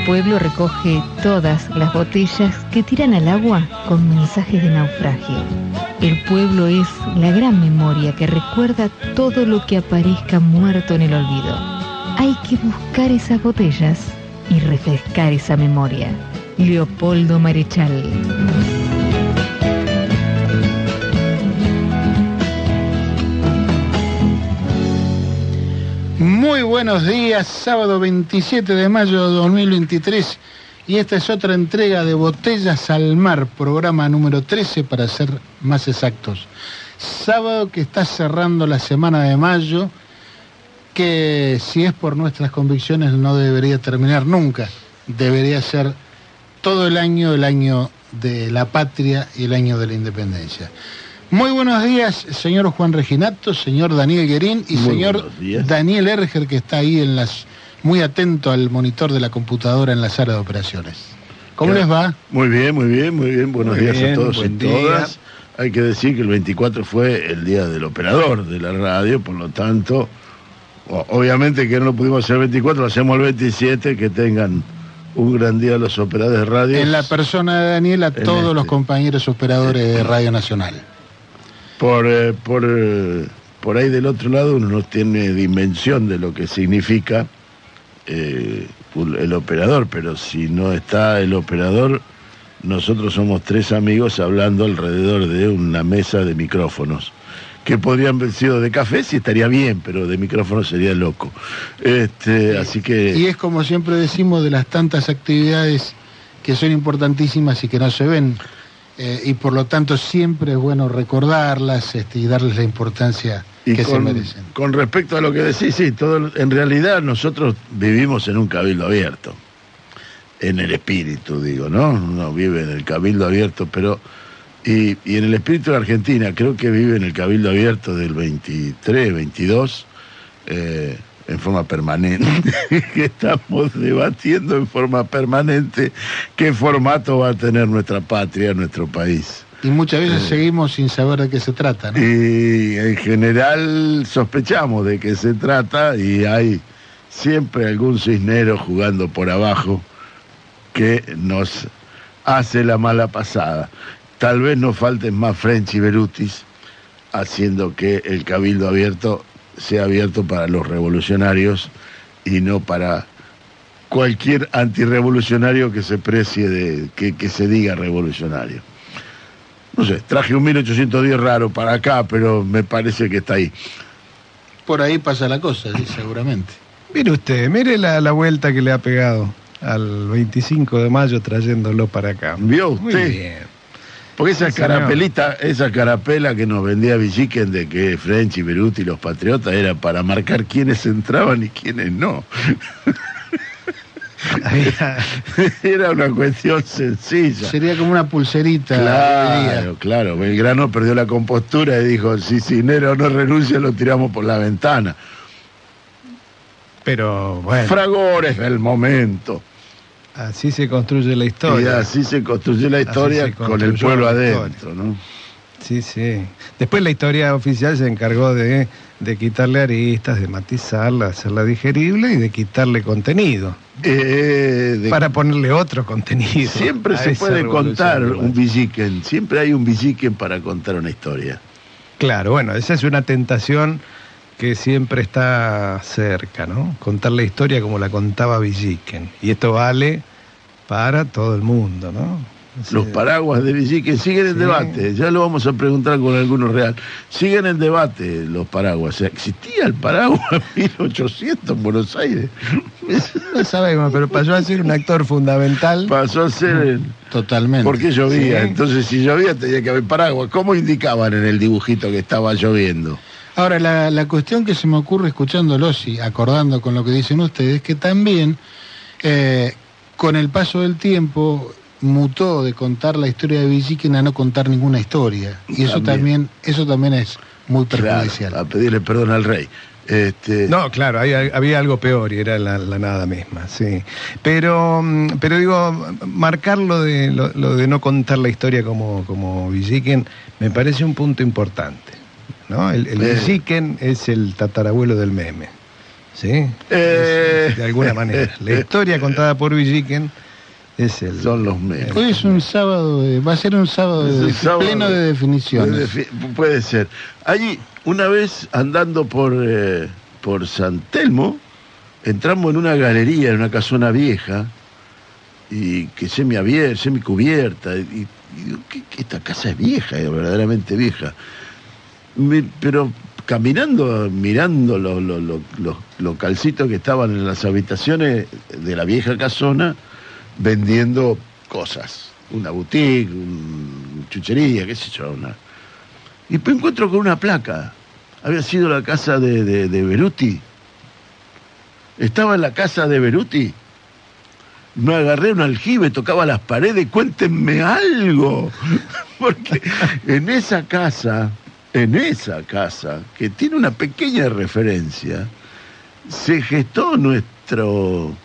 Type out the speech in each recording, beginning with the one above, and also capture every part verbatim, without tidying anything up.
pueblo recoge todas las botellas que tiran al agua con mensajes de naufragio. El pueblo es la gran memoria que recuerda todo lo que aparezca muerto en el olvido. Hay que buscar esas botellas y refrescar esa memoria. Leopoldo Marechal. Muy buenos días, sábado veintisiete de mayo de dos mil veintitrés, y esta es otra entrega de Botellas al Mar, programa número trece para ser más exactos. Sábado que está cerrando la semana de mayo, que si es por nuestras convicciones no debería terminar nunca, debería ser todo el año, el año de la patria y el año de la independencia. Muy buenos días, señor Juan Reginato, señor Daniel Guerín y muy señor Daniel Erger, que está ahí en las, muy atento al monitor de la computadora en la sala de operaciones. ¿Cómo les va? Muy bien, muy bien, muy bien. Buenos muy días bien, a todos y todas. Día. Hay que decir que el veinticuatro fue el día del operador de la radio, por lo tanto, obviamente que no lo pudimos hacer el veinticuatro, lo hacemos el veintisiete, que tengan un gran día los operadores de radio. En la persona de Daniel, a todos este. los compañeros operadores de Radio Nacional. Por, eh, por, eh, por ahí del otro lado uno no tiene dimensión de lo que significa eh, el operador, pero si no está el operador, nosotros somos tres amigos hablando alrededor de una mesa de micrófonos, que podrían haber sido de café, sí estaría bien, pero de micrófono sería loco. Este, así que... Y es como siempre decimos, de las tantas actividades que son importantísimas y que no se ven, Eh, y por lo tanto siempre es bueno recordarlas este, y darles la importancia y que con, se merecen. Con respecto a lo que decís, sí, todo, en realidad nosotros vivimos en un cabildo abierto, en el espíritu, digo, ¿no? Uno vive en el cabildo abierto, pero... Y, y en el espíritu de Argentina, creo que vive en el cabildo abierto del veintitrés, veintidós, eh, en forma permanente, que estamos debatiendo en forma permanente qué formato va a tener nuestra patria, nuestro país. Y muchas veces eh, seguimos sin saber de qué se trata, ¿no? Y en general sospechamos de qué se trata y hay siempre algún cisnero jugando por abajo que nos hace la mala pasada. Tal vez nos falten más French y Berutis, haciendo que el cabildo abierto sea abierto para los revolucionarios y no para cualquier antirrevolucionario que se precie de, que, que se diga revolucionario. No sé, traje un mil ochocientos diez raro para acá, pero me parece que está ahí. Por ahí pasa la cosa, sí, seguramente. Mire usted, mire la, la vuelta que le ha pegado al veinticinco de mayo trayéndolo para acá. ¿Vio usted? Muy bien. Porque esa sí, carapelita, esa carapela que nos vendía Villiquen de que French y Beruti y los patriotas era para marcar quiénes entraban y quiénes no. Era una cuestión sencilla. Sería como una pulserita. Claro, claro. Belgrano perdió la compostura y dijo, si Cisneros no renuncia, lo tiramos por la ventana. Pero bueno. Fragores del momento. Así se construye la historia. Y así se construyó la historia con el pueblo adentro, ¿no? Sí, sí. Después la historia oficial se encargó de, de quitarle aristas, de matizarla, hacerla digerible y de quitarle contenido. Eh, de... Para ponerle otro contenido. Siempre se puede contar un Villiquen, siempre hay un Villiquen para contar una historia. Claro, bueno, esa es una tentación que siempre está cerca, ¿no? Contar la historia como la contaba Villiquen. Y esto vale para todo el mundo, ¿no? Sí. Los paraguas de Villiquen siguen en sí. debate, ya lo vamos a preguntar con algunos real. Siguen en debate los paraguas. O sea, ¿existía el paraguas en mil ochocientos en Buenos Aires? No sabemos, pero pasó a ser un actor fundamental. Pasó a ser... El... Totalmente. Porque llovía, sí. Entonces si llovía tenía que haber paraguas. ¿Cómo indicaban en el dibujito que estaba lloviendo? Ahora, la, la cuestión que se me ocurre escuchándolos y acordando con lo que dicen ustedes, que también eh, con el paso del tiempo mutó de contar la historia de Villiquen a no contar ninguna historia. Y eso también, también eso también es muy perjudicial. Claro, a pedirle perdón al rey. Este... No, claro, había, había algo peor y era la, la nada misma, sí. Pero, pero digo, marcar lo de, lo, lo de no contar la historia como, como Villiquen me parece un punto importante, ¿no? El, el eh. Villiquen es el tatarabuelo del meme. ¿sí? Eh. Es, de alguna manera. La historia contada por Villiquen es el... Son los memes. Hoy es un sábado, de- va a ser un sábado, Es de, un sábado pleno de definiciones. de defi- puede ser. Allí, una vez andando por, eh, por San Telmo, entramos en una galería, en una casona vieja, y que semi-abierta, semi-cubierta, y, y digo, ¿qué, qué esta casa es vieja, es verdaderamente vieja. Me- pero caminando, mirando los, los, los, los localcitos que estaban en las habitaciones de la vieja casona, vendiendo cosas, una boutique, un chuchería, qué sé yo, una... Y me encuentro con una placa. Había sido la casa de, de, de Beruti. Estaba en la casa de Beruti. Me agarré un aljibe, tocaba las paredes, cuéntenme algo. Porque en esa casa, en esa casa, que tiene una pequeña referencia, se gestó nuestro...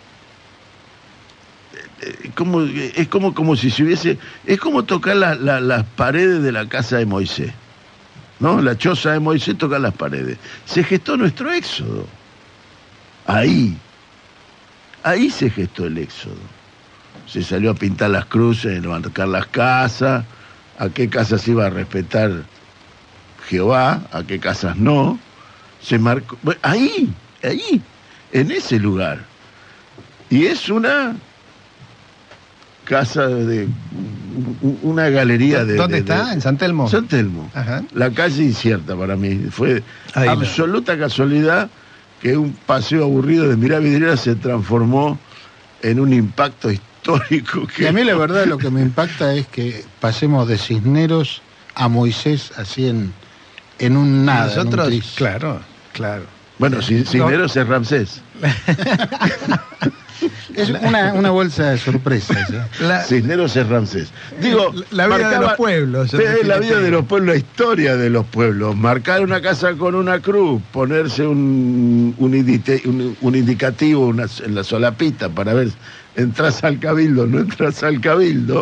eh, Como, es como, como si se hubiese... Es como tocar la, la, las paredes de la casa de Moisés. ¿No? La choza de Moisés, tocar las paredes. Se gestó nuestro éxodo. Ahí. Ahí se gestó el éxodo. Se salió a pintar las cruces, a marcar las casas, a qué casas iba a respetar Jehová, a qué casas no. Se marcó. Bueno, ahí, ahí, en ese lugar. Y es una casa de. Una galería de. ¿Dónde de, está? de- ¿En San Telmo? San Telmo. Ajá. La calle incierta para mí. Fue Ahí la- absoluta casualidad que un paseo aburrido de mirar vidriera se transformó en un impacto histórico. Que... Y a mí la verdad lo que me impacta es que pasemos de Cisneros a Moisés así en, en un nada. en un Nosotros, tris. claro, claro. Bueno, Ci- Cisneros es Ramsés. Es una, una bolsa de sorpresas. ¿eh? La, Cisneros es Ramsés. Digo, La vida de los pueblos, yo Sí, te la quiero vida de decir. los pueblos, la historia de los pueblos. Marcar una casa con una cruz, ponerse un, un, indite- un- un indicativo una- en la solapita para ver, entras al cabildo, no entras al cabildo.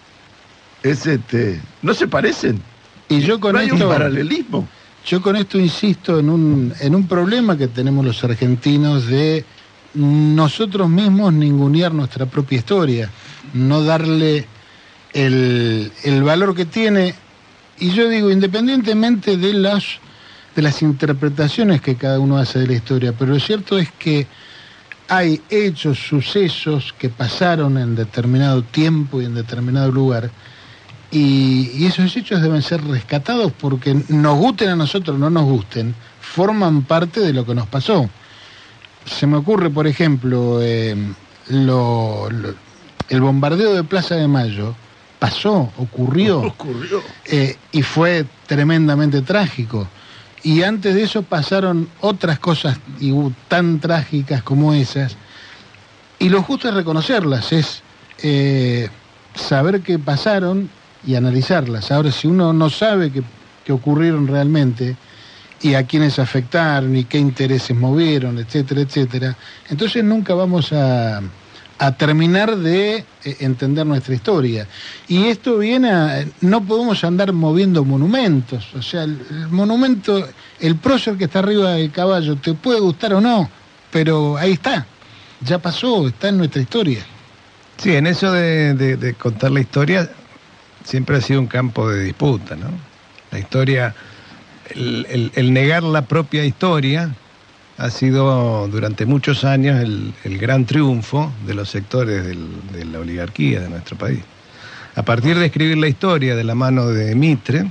Es este. ¿No se parecen? Y yo con ¿No hay un esto, paralelismo? yo con esto insisto en un, en un problema que tenemos los argentinos de nosotros mismos ningunear nuestra propia historia, no darle el, el valor que tiene. Y yo digo, independientemente de las, de las interpretaciones que cada uno hace de la historia, pero lo cierto es que hay hechos, sucesos que pasaron en determinado tiempo y en determinado lugar, y, y esos hechos deben ser rescatados porque nos gusten a nosotros o no nos gusten, forman parte de lo que nos pasó. Se me ocurre, por ejemplo, eh, lo, lo- el bombardeo de Plaza de Mayo pasó, ocurrió, Ocurrió. eh, y fue tremendamente trágico. Y antes de eso pasaron otras cosas y, uh, tan trágicas como esas. Y lo justo es reconocerlas, es eh, saber que pasaron y analizarlas. Ahora, si uno no sabe que, que ocurrieron realmente y a quiénes afectaron y qué intereses movieron, etcétera, etcétera, entonces nunca vamos a, a terminar de eh, entender nuestra historia. Y esto viene a... No podemos andar moviendo monumentos. O sea, el, el monumento, el prócer que está arriba del caballo, te puede gustar o no, pero ahí está. Ya pasó, está en nuestra historia. Sí, en eso de, de- de contar la historia siempre ha sido un campo de disputa, ¿no? La historia, el, el- el negar la propia historia ha sido durante muchos años el, el gran triunfo de los sectores del- de la oligarquía de nuestro país. A partir de escribir la historia de la mano de Mitre,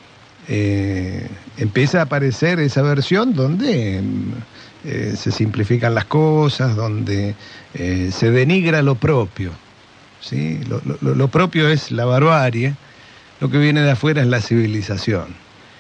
eh, empieza a aparecer esa versión donde eh, se simplifican las cosas, donde eh, se denigra lo propio, ¿sí? Lo, lo- lo propio es la barbarie, lo que viene de afuera es la civilización.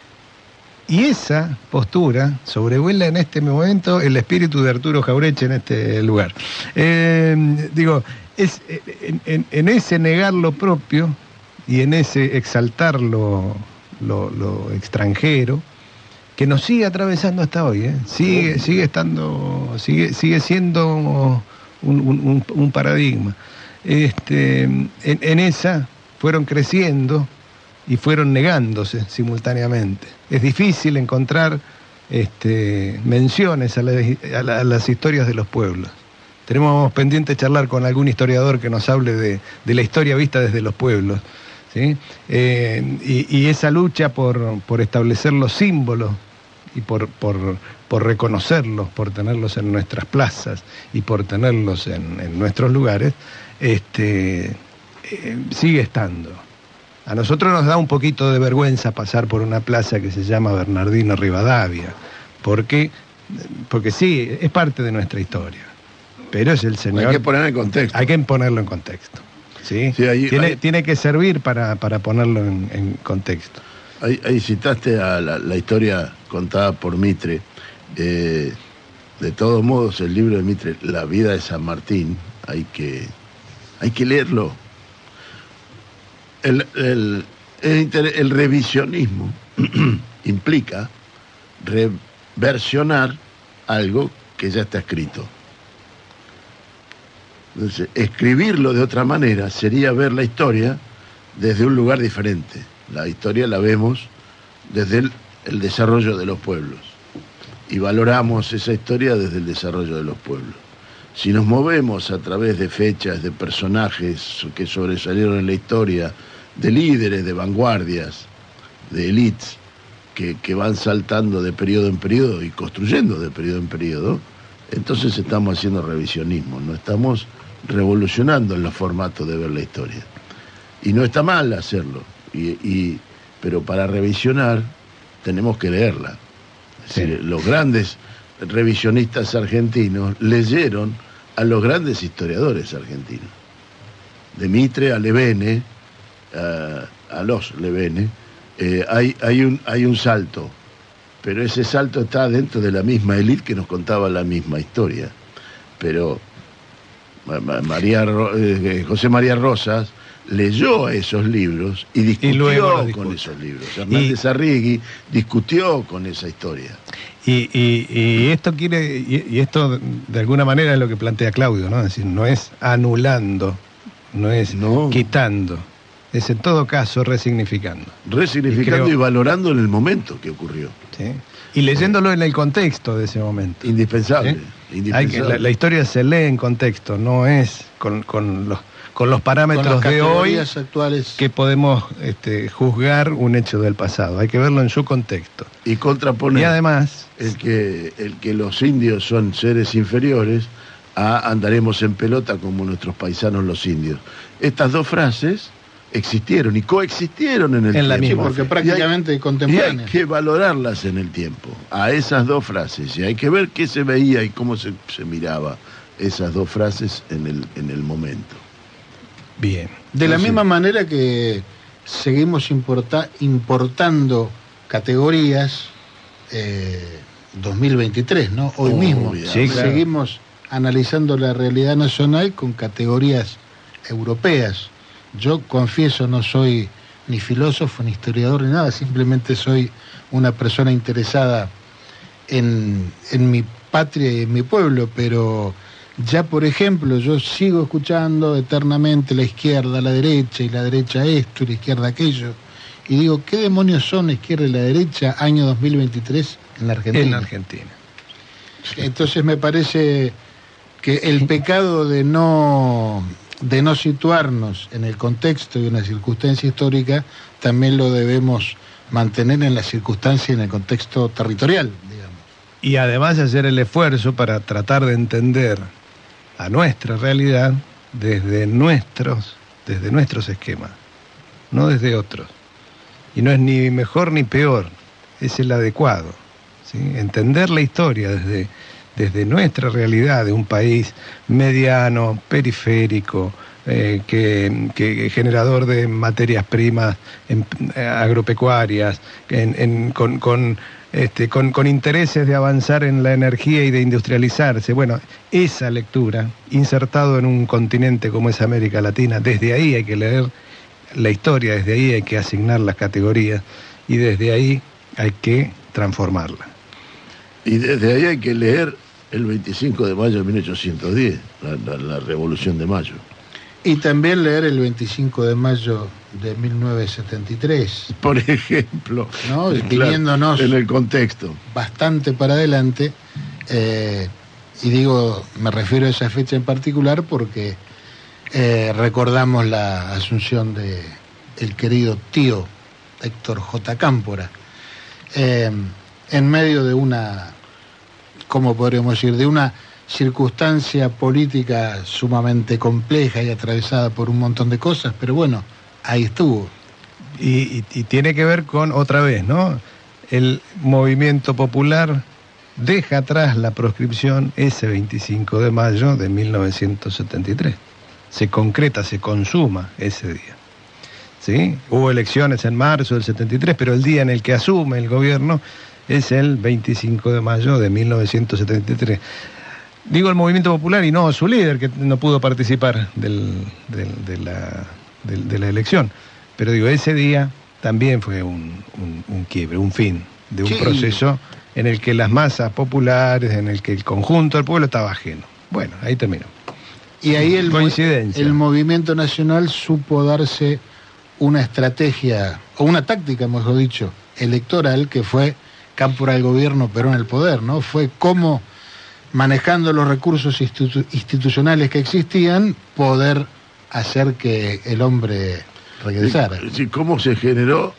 Y esa postura sobrevuela en este momento el espíritu de Arturo Jauretche en este lugar. Eh, digo, es eh, en, en- en ese negar lo propio y en ese exaltar lo, lo- lo extranjero, que nos sigue atravesando hasta hoy, ¿eh? sigue, sigue estando, sigue, sigue siendo un, un- un- un paradigma. Este, en, en esa fueron creciendo y fueron negándose simultáneamente. Es difícil encontrar este, menciones a, la, a, la, a las historias de los pueblos. Tenemos pendiente charlar con algún historiador que nos hable de, de la historia vista desde los pueblos, ¿sí? Eh, y, y esa lucha por, por establecer los símbolos y por, por, por reconocerlos, por tenerlos en nuestras plazas y por tenerlos en, en nuestros lugares, este, eh, sigue estando. A nosotros nos da un poquito de vergüenza pasar por una plaza que se llama Bernardino Rivadavia, porque, porque sí, es parte de nuestra historia, pero es el Señor... Hay que ponerlo en contexto. Hay que ponerlo en contexto, ¿sí? Sí, ahí, tiene, ahí, tiene que servir para, para ponerlo en, en contexto. Ahí, ahí citaste a la, la historia contada por Mitre. Eh, de todos modos, el libro de Mitre, La vida de San Martín, hay que, hay que leerlo. El, el, el, el revisionismo implica reversionar algo que ya está escrito. Entonces, escribirlo de otra manera sería ver la historia desde un lugar diferente. La historia la vemos desde el, el desarrollo de los pueblos y valoramos esa historia desde el desarrollo de los pueblos. Si nos movemos a través de fechas, de personajes que sobresalieron en la historia, de líderes, de vanguardias, de élites, que, que van saltando de periodo en periodo y construyendo de periodo en periodo, entonces estamos haciendo revisionismo, no estamos revolucionando en los formatos de ver la historia. Y no está mal hacerlo, y, y, pero para revisionar tenemos que leerla. Es decir, sí. Los grandes revisionistas argentinos leyeron a los grandes historiadores argentinos. De Mitre a Levene, a, a los Levene, eh, hay, hay, un, hay un salto, pero ese salto está dentro de la misma élite que nos contaba la misma historia. Pero María, eh, José María Rosas leyó esos libros y discutió y con esos libros. Hernández Arrigui discutió con esa historia. Y, y, y esto quiere y, y esto de alguna manera es lo que plantea Claudio, ¿no? Es decir, no es anulando, no es no. quitando, es en todo caso resignificando. Resignificando y, creo, y valorando en el momento que ocurrió. ¿Sí? Y leyéndolo en el contexto de ese momento. Indispensable. ¿Sí? Indispensable. Hay que, la, la historia se lee en contexto, no es con, con los con los parámetros con de hoy actuales que podemos este, juzgar un hecho del pasado. Hay que verlo en su contexto. Y contraponer y además el que, el que los indios son seres inferiores a andaremos en pelota como nuestros paisanos los indios. Estas dos frases existieron y coexistieron en el en tiempo. La misma. Sí, porque prácticamente hay, contemporáneas. Y hay que valorarlas en el tiempo, a esas dos frases, y hay que ver qué se veía y cómo se, se miraba esas dos frases en el, en el momento. Bien. De la misma manera que seguimos importa, importando categorías eh, dos mil veintitrés, ¿no? Hoy oh, mismo. Sí, seguimos claro. analizando la realidad nacional con categorías europeas. Yo confieso, no soy ni filósofo, ni historiador, ni nada, simplemente soy una persona interesada en, en mi patria y en mi pueblo, pero ya, por ejemplo, yo sigo escuchando eternamente la izquierda, la derecha, y la derecha esto, y la izquierda aquello, y digo, ¿qué demonios son la izquierda y la derecha año dos mil veintitrés en la Argentina? En Argentina. Entonces me parece que el pecado de no, de no situarnos en el contexto y en la circunstancia histórica también lo debemos mantener en la circunstancia y en el contexto territorial, digamos. Y además hacer el esfuerzo para tratar de entender a nuestra realidad desde nuestros, desde nuestros esquemas, no desde otros. Y no es ni mejor ni peor, es el adecuado, ¿sí? Entender la historia desde, desde nuestra realidad de un país mediano, periférico, eh, que, que generador de materias primas en, eh, agropecuarias, en, en, con, con Este, con, con intereses de avanzar en la energía y de industrializarse. Bueno, esa lectura, insertado en un continente como es América Latina, desde ahí hay que leer la historia, desde ahí hay que asignar las categorías y desde ahí hay que transformarla. Y desde ahí hay que leer el veinticinco de mayo de mil ochocientos diez, la, la, la Revolución de Mayo. Y también leer el veinticinco de mayo de mil novecientos setenta y tres. Por ejemplo, ¿no? claro, Viniéndonos en el contexto. Bastante para adelante. Eh, y digo, me refiero a esa fecha en particular porque eh, recordamos la asunción de el querido tío Héctor J. Cámpora, eh, en medio de una, ¿cómo podríamos decir?, de una circunstancia política sumamente compleja y atravesada por un montón de cosas, pero bueno, ahí estuvo. Y, y, y tiene que ver con, otra vez, ¿no? El movimiento popular deja atrás la proscripción ese veinticinco de mayo de mil novecientos setenta y tres. Se concreta, se consuma ese día. ¿Sí? Hubo elecciones en marzo del setenta y tres, pero el día en el que asume el gobierno es el veinticinco de mayo de mil novecientos setenta y tres. Digo el movimiento popular y no su líder, que no pudo participar del, del, de, la, del, de la elección. Pero digo, ese día también fue un, un, un quiebre, un fin de un sí. proceso en el que las masas populares, en el que el conjunto del pueblo estaba ajeno. Bueno, ahí terminó. Y ahí el, Coincidencia. el movimiento nacional supo darse una estrategia, o una táctica, mejor dicho, electoral, que fue Cámpora al gobierno, Perón al poder, ¿no? Fue cómo, manejando los recursos institu institucionales que existían, poder hacer que el hombre regresara. Sí, cómo se generó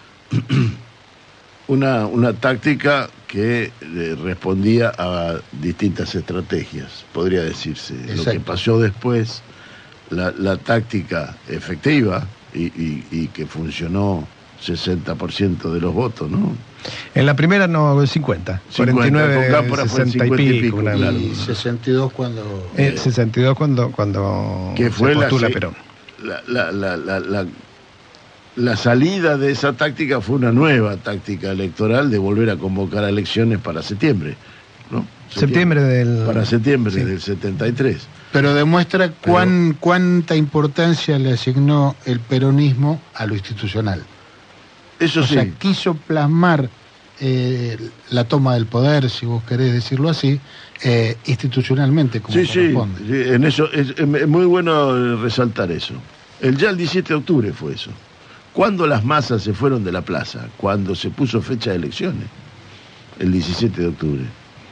una, una táctica que eh, respondía a distintas estrategias, podría decirse. Exacto. Lo que pasó después, la, la táctica efectiva y, y, y que funcionó sesenta por ciento de los votos, ¿no? En la primera no, cincuenta. cincuenta, cuarenta y nueve, con Cámpora fue sesenta y pico. y pico Una, claro. Y sesenta y dos cuando... Eh, sesenta y dos cuando, cuando que fue se postula la, Perón. La, la, la, la, la, la salida de esa táctica fue una nueva táctica electoral de volver a convocar a elecciones para septiembre, ¿no? Septiembre, septiembre del... Para septiembre sí. del setenta y tres. Pero demuestra Pero... cuán, cuánta importancia le asignó el peronismo a lo institucional. Eso o sí. sea, quiso plasmar eh, la toma del poder, si vos querés decirlo así, eh, institucionalmente, como sí, corresponde. Sí, sí, en eso es, es muy bueno resaltar eso. El, ya el diecisiete de octubre fue eso. Cuando las masas se fueron de la plaza, cuando se puso fecha de elecciones, el diecisiete de octubre.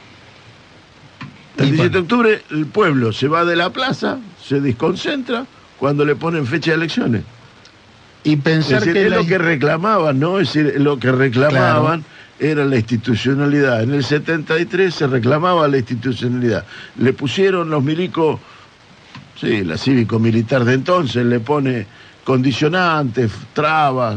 El diecisiete de octubre el pueblo se va de la plaza, se desconcentra cuando le ponen fecha de elecciones. Y pensar es decir, que es la... lo que reclamaban, ¿no? Es decir, lo que reclamaban claro. era la institucionalidad. En el setenta y tres se reclamaba la institucionalidad. Le pusieron los milicos, sí, la cívico-militar de entonces le pone condicionantes, trabas,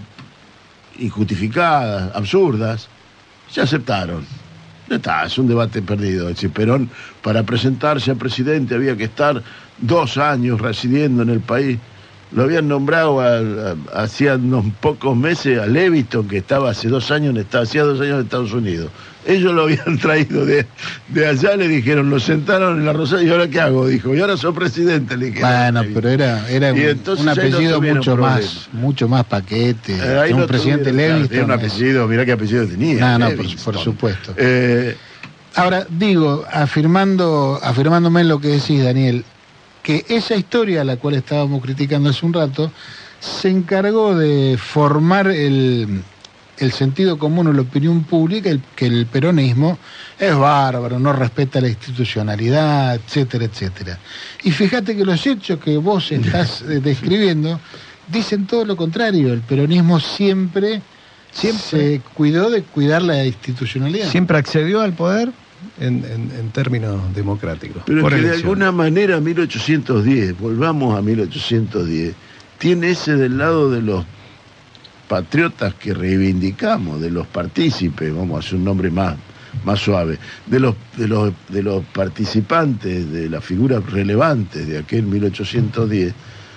injustificadas, absurdas. Se aceptaron. Ya está, es un debate perdido. Es decir, Perón, para presentarse a presidente había que estar dos años residiendo en el país. Lo habían nombrado a, a, hacía unos pocos meses a Leviton, que estaba hace dos años en Estados, hacía dos años en Estados Unidos. Ellos lo habían traído de, de allá, le dijeron, lo sentaron en la Rosada, ¿y ahora qué hago? Dijo, y ahora soy presidente, le dijeron. Bueno, pero era, era un, un apellido no mucho problema. más, mucho más paquete. Eh, un no presidente tuvieron, Leviton. Tenía un apellido, mirá qué apellido tenía. No, no, por, por supuesto. Eh, ahora, digo, afirmando, afirmándome en lo que decís, Daniel, que esa historia a la cual estábamos criticando hace un rato se encargó de formar el, el sentido común o la opinión pública, el, que el peronismo es bárbaro, no respeta la institucionalidad, etcétera, etcétera. Y fíjate que los hechos que vos estás eh, describiendo dicen todo lo contrario. El peronismo siempre, siempre se cuidó de cuidar la institucionalidad. Siempre accedió al poder En, en, en términos democráticos. Pero por que elección. de alguna manera mil ochocientos diez, volvamos a mil ochocientos diez, tiene ese del lado de los patriotas que reivindicamos, de los partícipes, vamos a hacer un nombre más, más suave, de los, de, los, de los participantes, de las figuras relevantes de aquel mil ochocientos diez,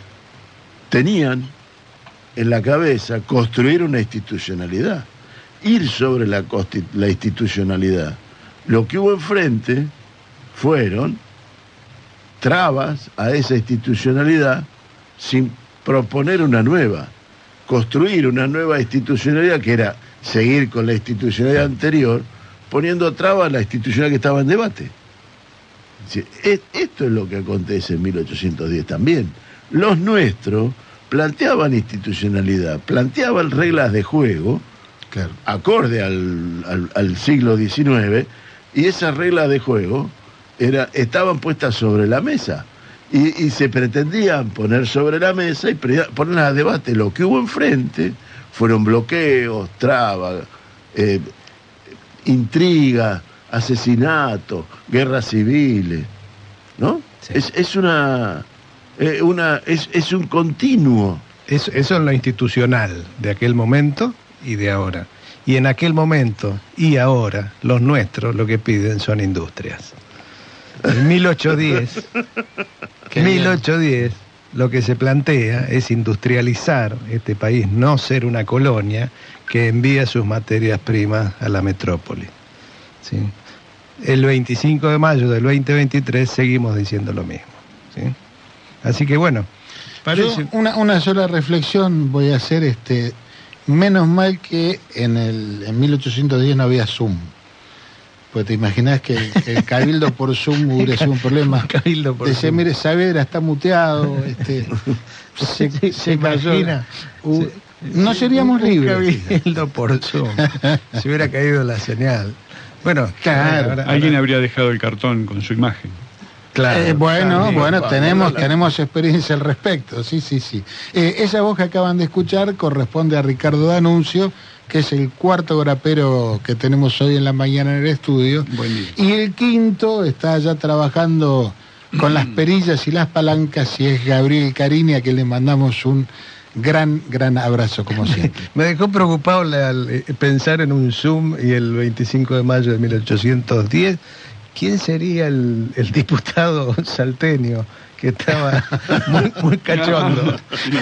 tenían en la cabeza construir una institucionalidad, ir sobre la, la institucionalidad. Lo que hubo enfrente fueron trabas a esa institucionalidad sin proponer una nueva, construir una nueva institucionalidad que era seguir con la institucionalidad anterior, poniendo trabas a la institucionalidad que estaba en debate. Esto es lo que acontece en mil ochocientos diez también. Los nuestros planteaban institucionalidad, planteaban reglas de juego, claro, acorde al, al, al siglo diecinueve, y esas reglas de juego era, estaban puestas sobre la mesa. Y, y se pretendían poner sobre la mesa y pre- poner a debate lo que hubo enfrente. Fueron bloqueos, trabas, eh, intrigas, asesinatos, guerras civiles, ¿no? Sí. Es, es una, eh, una es, es un continuo. Eso, eso es lo institucional de aquel momento y de ahora. Y en aquel momento y ahora, los nuestros lo que piden son industrias. En mil ochocientos diez, mil ochocientos diez, lo que se plantea es industrializar este país, no ser una colonia que envía sus materias primas a la metrópoli. ¿Sí? El veinticinco de mayo del veinte veintitrés seguimos diciendo lo mismo. ¿Sí? Así que bueno, parece... Yo una, una sola reflexión voy a hacer, este, menos mal que en, el, en mil ochocientos diez no había Zoom. Pues te imaginas que el, que el cabildo por Zoom hubiera sido un problema. Cabildo por Decía, Zoom. Mire, Saavedra está muteado, este, se, se, se imagina. Uh, se, no seríamos un libres. Cabildo por Zoom. Se hubiera caído la señal. Bueno, claro. Ahora, alguien ahora... habría dejado el cartón con su imagen. Claro. Eh, bueno, también, bueno, tenemos, tenemos experiencia al respecto, sí, sí, sí. Eh, esa voz que acaban de escuchar corresponde a Ricardo D'Annunzio, que es el cuarto grapero que tenemos hoy en la mañana en el estudio. Buen día. Y el quinto está ya trabajando con las perillas y las palancas, y es Gabriel Carini, a quien le mandamos un gran, gran abrazo, como siempre. Me dejó preocupado la, la, pensar en un Zoom y el veinticinco de mayo de mil ochocientos diez. ¿Quién sería el, el diputado salteño que estaba muy, muy cachondo?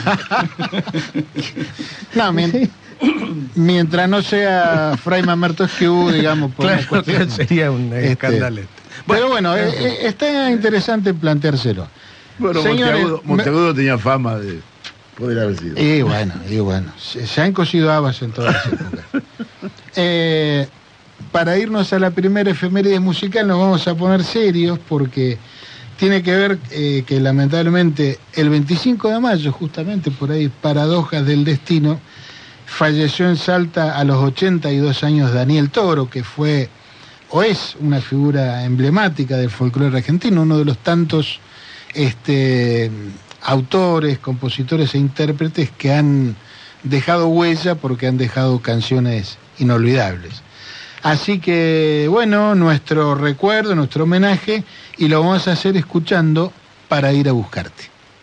No, mientras, mientras no sea Fray Mamerto Esquiú, digamos. Por claro, claro, sería un este, escándalo. Pero bueno, eh, eh, está interesante planteárselo. Bueno, Señores, Monteagudo, Monteagudo me... tenía fama de poder haber sido. Y bueno, y bueno, se, se han cosido habas en todas las épocas. Eh... Para irnos a la primera efeméride musical nos vamos a poner serios, porque tiene que ver eh, que lamentablemente el veinticinco de mayo, justamente por ahí, paradojas del destino, falleció en Salta a los ochenta y dos años Daniel Toro, que fue o es una figura emblemática del folclore argentino, uno de los tantos este, autores, compositores e intérpretes que han dejado huella porque han dejado canciones inolvidables. Así que, bueno, nuestro recuerdo, nuestro homenaje, y lo vamos a hacer escuchando Para ir a buscarte.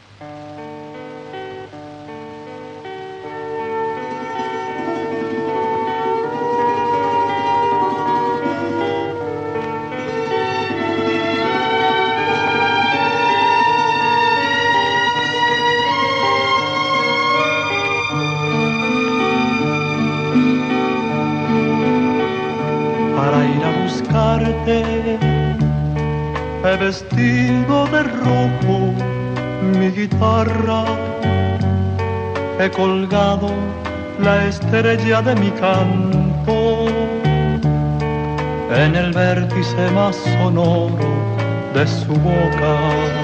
He vestido de rojo mi guitarra, he colgado la estrella de mi canto en el vértice más sonoro de su boca.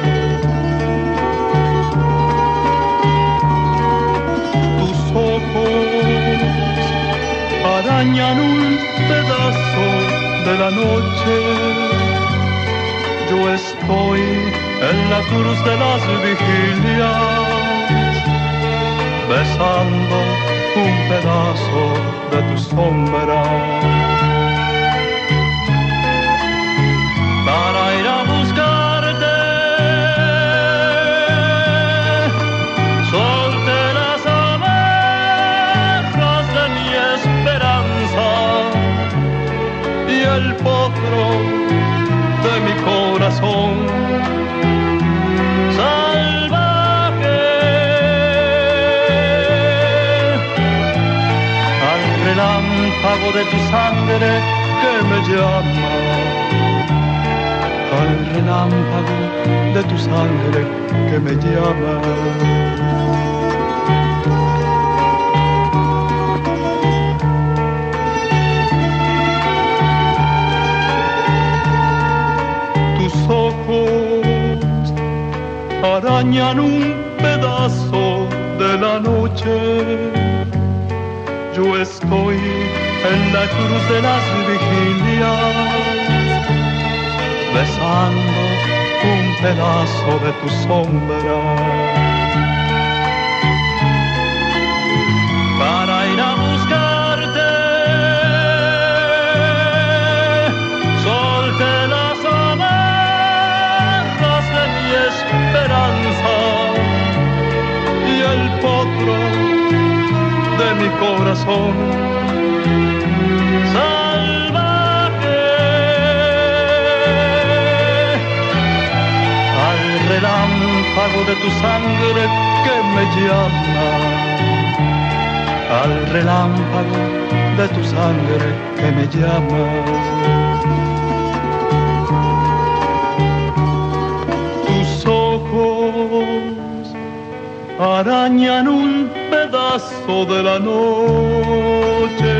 Tus ojos arañan un pedazo de la noche. Yo estoy en la cruz de las vigilias, besando un pedazo de tu sombra. Para ir a buscarte, solté las amarras de mi esperanza y el potro de mi corazón salvaje. Al relámpago de tu sangre que me llama, al relámpago de tu sangre que me llama. Ojos arañan un pedazo noche, yo estoy en la cruz de las vigilias, besando un pedazo de tu sombra, para ir a buscarte. Solté las amarras de mi esperanza y el potro de mi corazón salvaje. Al relámpago de tu sangre que me llama, al relámpago de tu sangre que me llama. Tus ojos arañan un pedazo de la noche.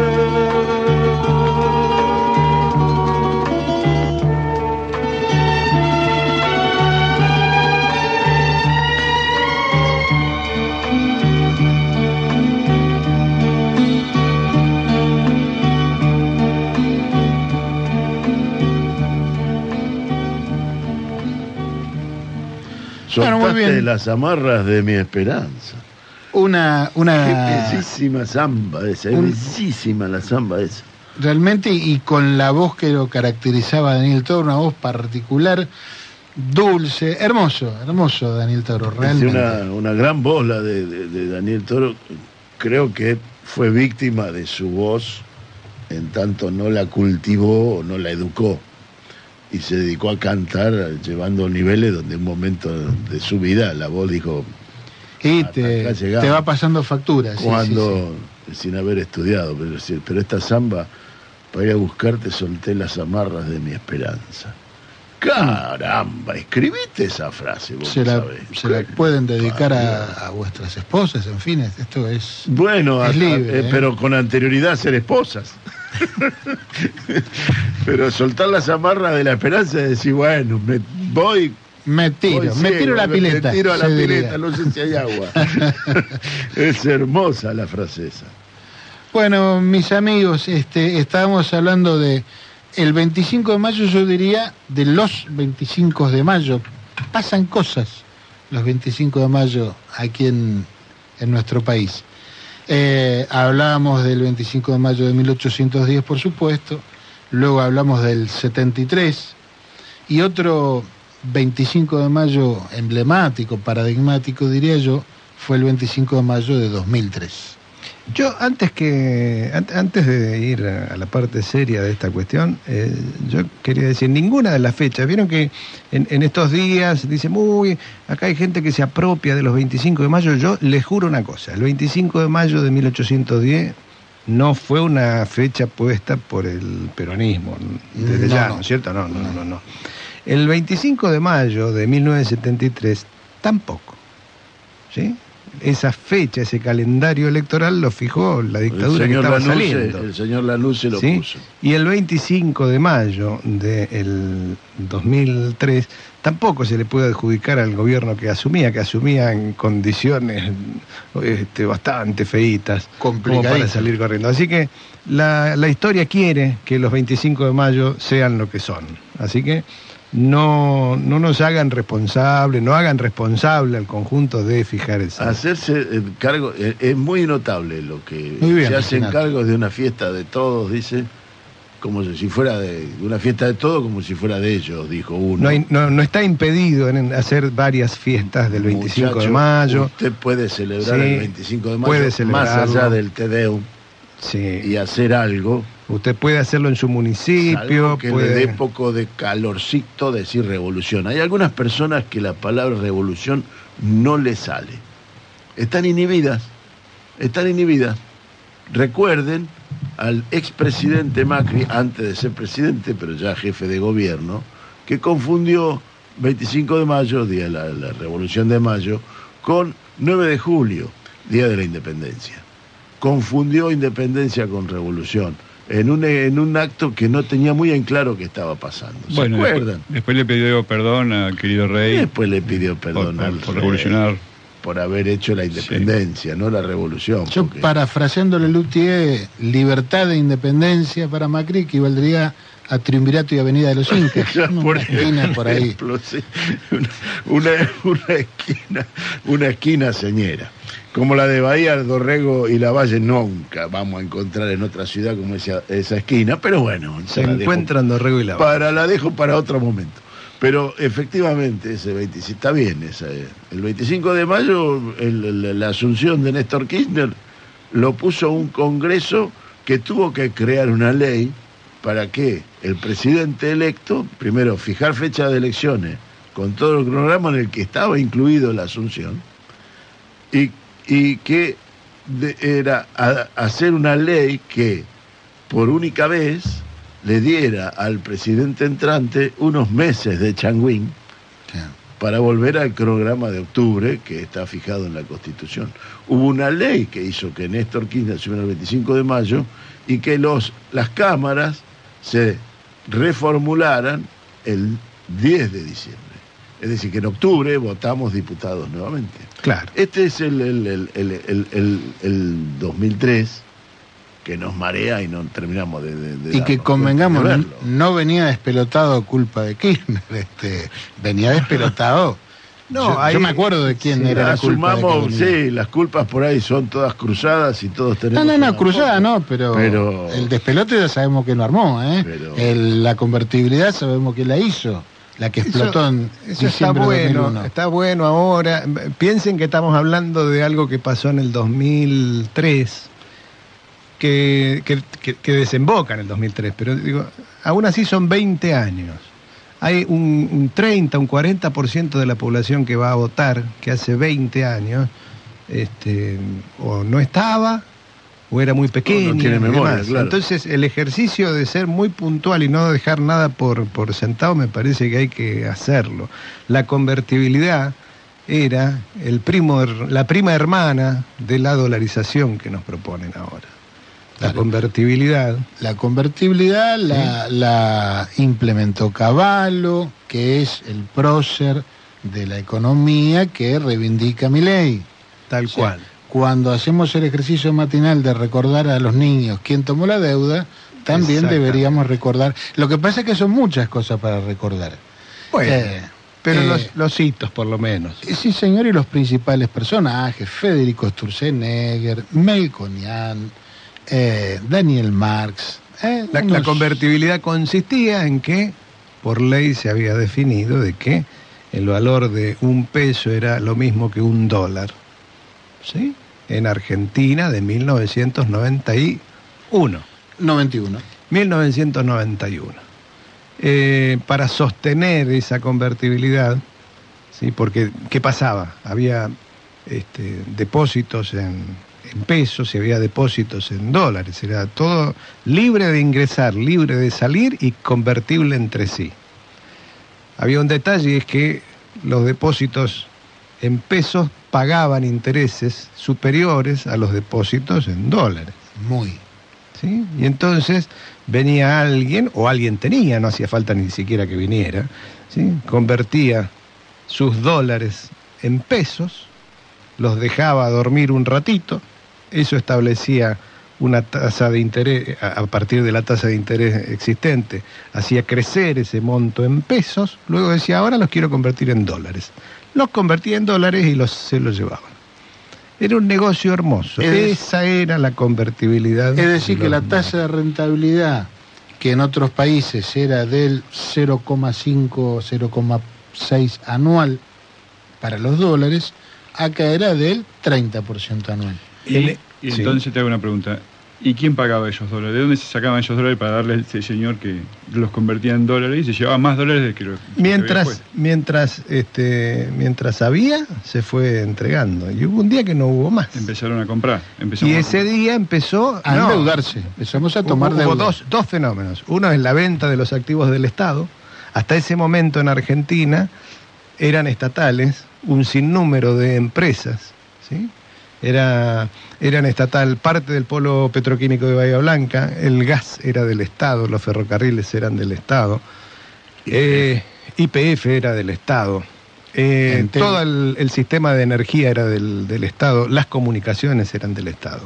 Bueno, muy Soltaste bien. las amarras de mi esperanza. Una, una Qué bellísima samba esa, es Un- bellísima la samba esa. realmente, y con la voz que lo caracterizaba a Daniel Toro, una voz particular, dulce, hermoso, hermoso Daniel Toro, Es realmente. una, una gran voz la de, de- de Daniel Toro. Creo que fue víctima de su voz, en tanto no la cultivó o no la educó. Y se dedicó a cantar llevando niveles donde en un momento de su vida la voz dijo, Y hasta te, acá llegamos. te va pasando factura. sí, cuando, sí, sí. sin haber estudiado, pero, sí, pero esta samba, para ir a buscarte solté las amarras de mi esperanza. Caramba, escribiste esa frase, vos Se la, sabés. se la pueden dedicar a, a vuestras esposas, en fin, esto es... Bueno, Es a- libre, a- ¿eh? pero con anterioridad a ser esposas. Pero soltar las amarras de la esperanza es decir, bueno, me voy... Me tiro, voy me ciego, tiro a la me- pileta. Me tiro a la se pileta, diría. no sé si hay agua. Es hermosa la frase esa. Bueno, mis amigos, este, estábamos hablando de el veinticinco de mayo, yo diría de los veinticinco de mayo. Pasan cosas los veinticinco de mayo aquí en, en nuestro país. Eh, hablábamos del veinticinco de mayo de mil ochocientos diez, por supuesto, luego hablamos del setenta y tres, y otro veinticinco de mayo emblemático, paradigmático, diría yo, fue el veinticinco de mayo de dos mil tres. Yo, antes que an- antes de ir a, a la parte seria de esta cuestión, eh, yo quería decir, ninguna de las fechas, vieron que en, en estos días dicen, uy, acá hay gente que se apropia de los veinticinco de mayo. Yo les juro una cosa, el veinticinco de mayo de mil ochocientos diez no fue una fecha puesta por el peronismo, desde No, ya, no. ¿no es cierto? No, no, no, no. El veinticinco de mayo de mil novecientos setenta y tres tampoco, ¿sí? Esa fecha, ese calendario electoral lo fijó la El dictadura que señor estaba Lanusse, saliendo. el señor Lanusse lo ¿Sí? puso. Y el veinticinco de mayo del dos mil tres tampoco se le puede adjudicar al gobierno que asumía, que asumía en condiciones este, bastante feitas, como para Complicadísimo. salir corriendo. Así que la, la historia quiere que los veinticinco de mayo sean lo que son. Así que no, no nos hagan responsable, no hagan responsable al conjunto de fijar esa. Hacerse el cargo, eh, es muy notable lo que Muy bien, se hacen Renato. cargos de una fiesta de todos, dice, como si fuera de una fiesta de todos, como si fuera de ellos, dijo uno. No, hay- no, no está impedido en hacer varias fiestas del veinticinco de Muchacho, mayo. Usted puede celebrar Sí, el veinticinco de mayo puede más celebrarlo. allá del Te Deum Sí. y hacer algo. Usted puede hacerlo en su municipio. Algo que puede... le dé poco de calorcito decir revolución. Hay algunas personas que la palabra revolución no le sale. Están inhibidas, están inhibidas. Recuerden al expresidente Macri, antes de ser presidente, pero ya jefe de gobierno, que confundió veinticinco de mayo, día de la, la Revolución de Mayo, con nueve de julio, día de la Independencia. Confundió independencia con revolución. En un, en un acto que no tenía muy en claro qué estaba pasando. ¿Se Bueno, acuerdan? después, después le pidió perdón al querido Y rey después le pidió por, perdón por- al por rey. revolucionar. por haber hecho la independencia, sí. no la revolución. Yo, porque... parafraseándole Luthier, libertad e independencia para Macri equivaldría a Triunvirato y Avenida de los Incas. Una por esquina por ahí. Ejemplo, sí. una, una, esquina, una esquina señera. Como la de Bahía, Dorrego y La Valle, nunca vamos a encontrar en otra ciudad como esa, esa esquina, pero bueno. Se encuentran Dorrego y La Valle. Para, la dejo para otro momento. Pero efectivamente, ese veinticinco, está bien, esa, el veinticinco de mayo, el, el, la asunción de Néstor Kirchner lo puso un Congreso que tuvo que crear una ley para que el presidente electo, primero, fijar fecha de elecciones con todo el cronograma en el que estaba incluido la asunción, y, y que de, era a, hacer una ley que por única vez le diera al presidente entrante unos meses de changuín para volver al cronograma de octubre que está fijado en la Constitución. Hubo una ley que hizo que Néstor Kirchner asumiera el veinticinco de mayo y que los, las cámaras se reformularan el diez de diciembre. Es decir, que en octubre votamos diputados nuevamente. Claro. Este es el, el, el, el, el, el, el dos mil tres que nos marea y no terminamos de, de, de y que convengamos, de no venía despelotado culpa de Kirchner, este, venía despelotado. No, yo, ahí, yo me acuerdo de quién sí, era la culpa. Asumamos, sí, las culpas por ahí son todas cruzadas y todos tenemos... No, no, no, cruzada no, pero, pero el despelote ya sabemos que lo armó, ¿eh? Pero... El, la convertibilidad sabemos que la hizo, la que explotó eso, en eso está bueno, dos mil uno. Está bueno ahora. Piensen que estamos hablando de algo que pasó en el dos mil tres, que, que, que, que desemboca en el dos mil tres, pero digo, aún así son veinte años. Hay un, un treinta, un cuarenta por ciento de la población que va a votar, que hace veinte años, este, o no estaba, o era muy pequeño. No, no tiene memoria, claro. Entonces, el ejercicio de ser muy puntual y no dejar nada por, por sentado, me parece que hay que hacerlo. La convertibilidad era el primo, la prima hermana de la dolarización que nos proponen ahora. La claro. convertibilidad. La convertibilidad ¿sí? la, la implementó Cavallo, que es el prócer de la economía que reivindica Milei. Tal o sea, cual. Cuando hacemos el ejercicio matinal de recordar a los niños quién tomó la deuda, también deberíamos recordar. Lo que pasa es que son muchas cosas para recordar. Bueno, eh, pero eh, los, los hitos por lo menos. Sí, señor, y los principales personajes, Federico Sturzenegger, Melconian, Eh, Daniel Marx. Eh, la, unos... la convertibilidad consistía en que, por ley se había definido de que el valor de un peso era lo mismo que un dólar. ¿Sí? En Argentina de mil novecientos noventa y uno. noventa y uno. mil novecientos noventa y uno. Eh, para sostener esa convertibilidad, ¿sí? Porque, ¿qué pasaba? Había este, depósitos en... en pesos y había depósitos en dólares, era todo libre de ingresar, libre de salir y convertible entre sí. Había un detalle, es que los depósitos en pesos pagaban intereses superiores a los depósitos en dólares. Muy. ¿Sí? Y entonces venía alguien, o alguien tenía, no hacía falta ni siquiera que viniera, ¿sí? Convertía sus dólares en pesos, los dejaba dormir un ratito. Eso establecía una tasa de interés, a partir de la tasa de interés existente, hacía crecer ese monto en pesos, luego decía, ahora los quiero convertir en dólares. Los convertía en dólares y los, se los llevaban. Era un negocio hermoso. Es, Esa era la convertibilidad. Es decir, que la tasa de rentabilidad, que en otros países era del cero coma cinco, cero coma seis anual para los dólares, acá era del treinta por ciento anual. Y, y entonces sí. te hago una pregunta. ¿Y quién pagaba esos dólares? ¿De dónde se sacaban esos dólares para darle a ese señor que los convertía en dólares y se llevaba más dólares de que lo mientras que mientras este mientras había se fue entregando y hubo un día que no hubo más. Empezaron a comprar. Y ese comprar. día empezó a no, endeudarse. Empezamos a tomar hubo, deuda. Hubo dos, dos fenómenos. Uno es la venta de los activos del Estado. Hasta ese momento en Argentina eran estatales un sinnúmero de empresas, ¿sí? Era, eran estatal parte del polo petroquímico de Bahía Blanca, el gas era del Estado, los ferrocarriles eran del Estado, eh, Y P F era del Estado, Eh, todo el, el sistema de energía era del, del Estado, las comunicaciones eran del Estado.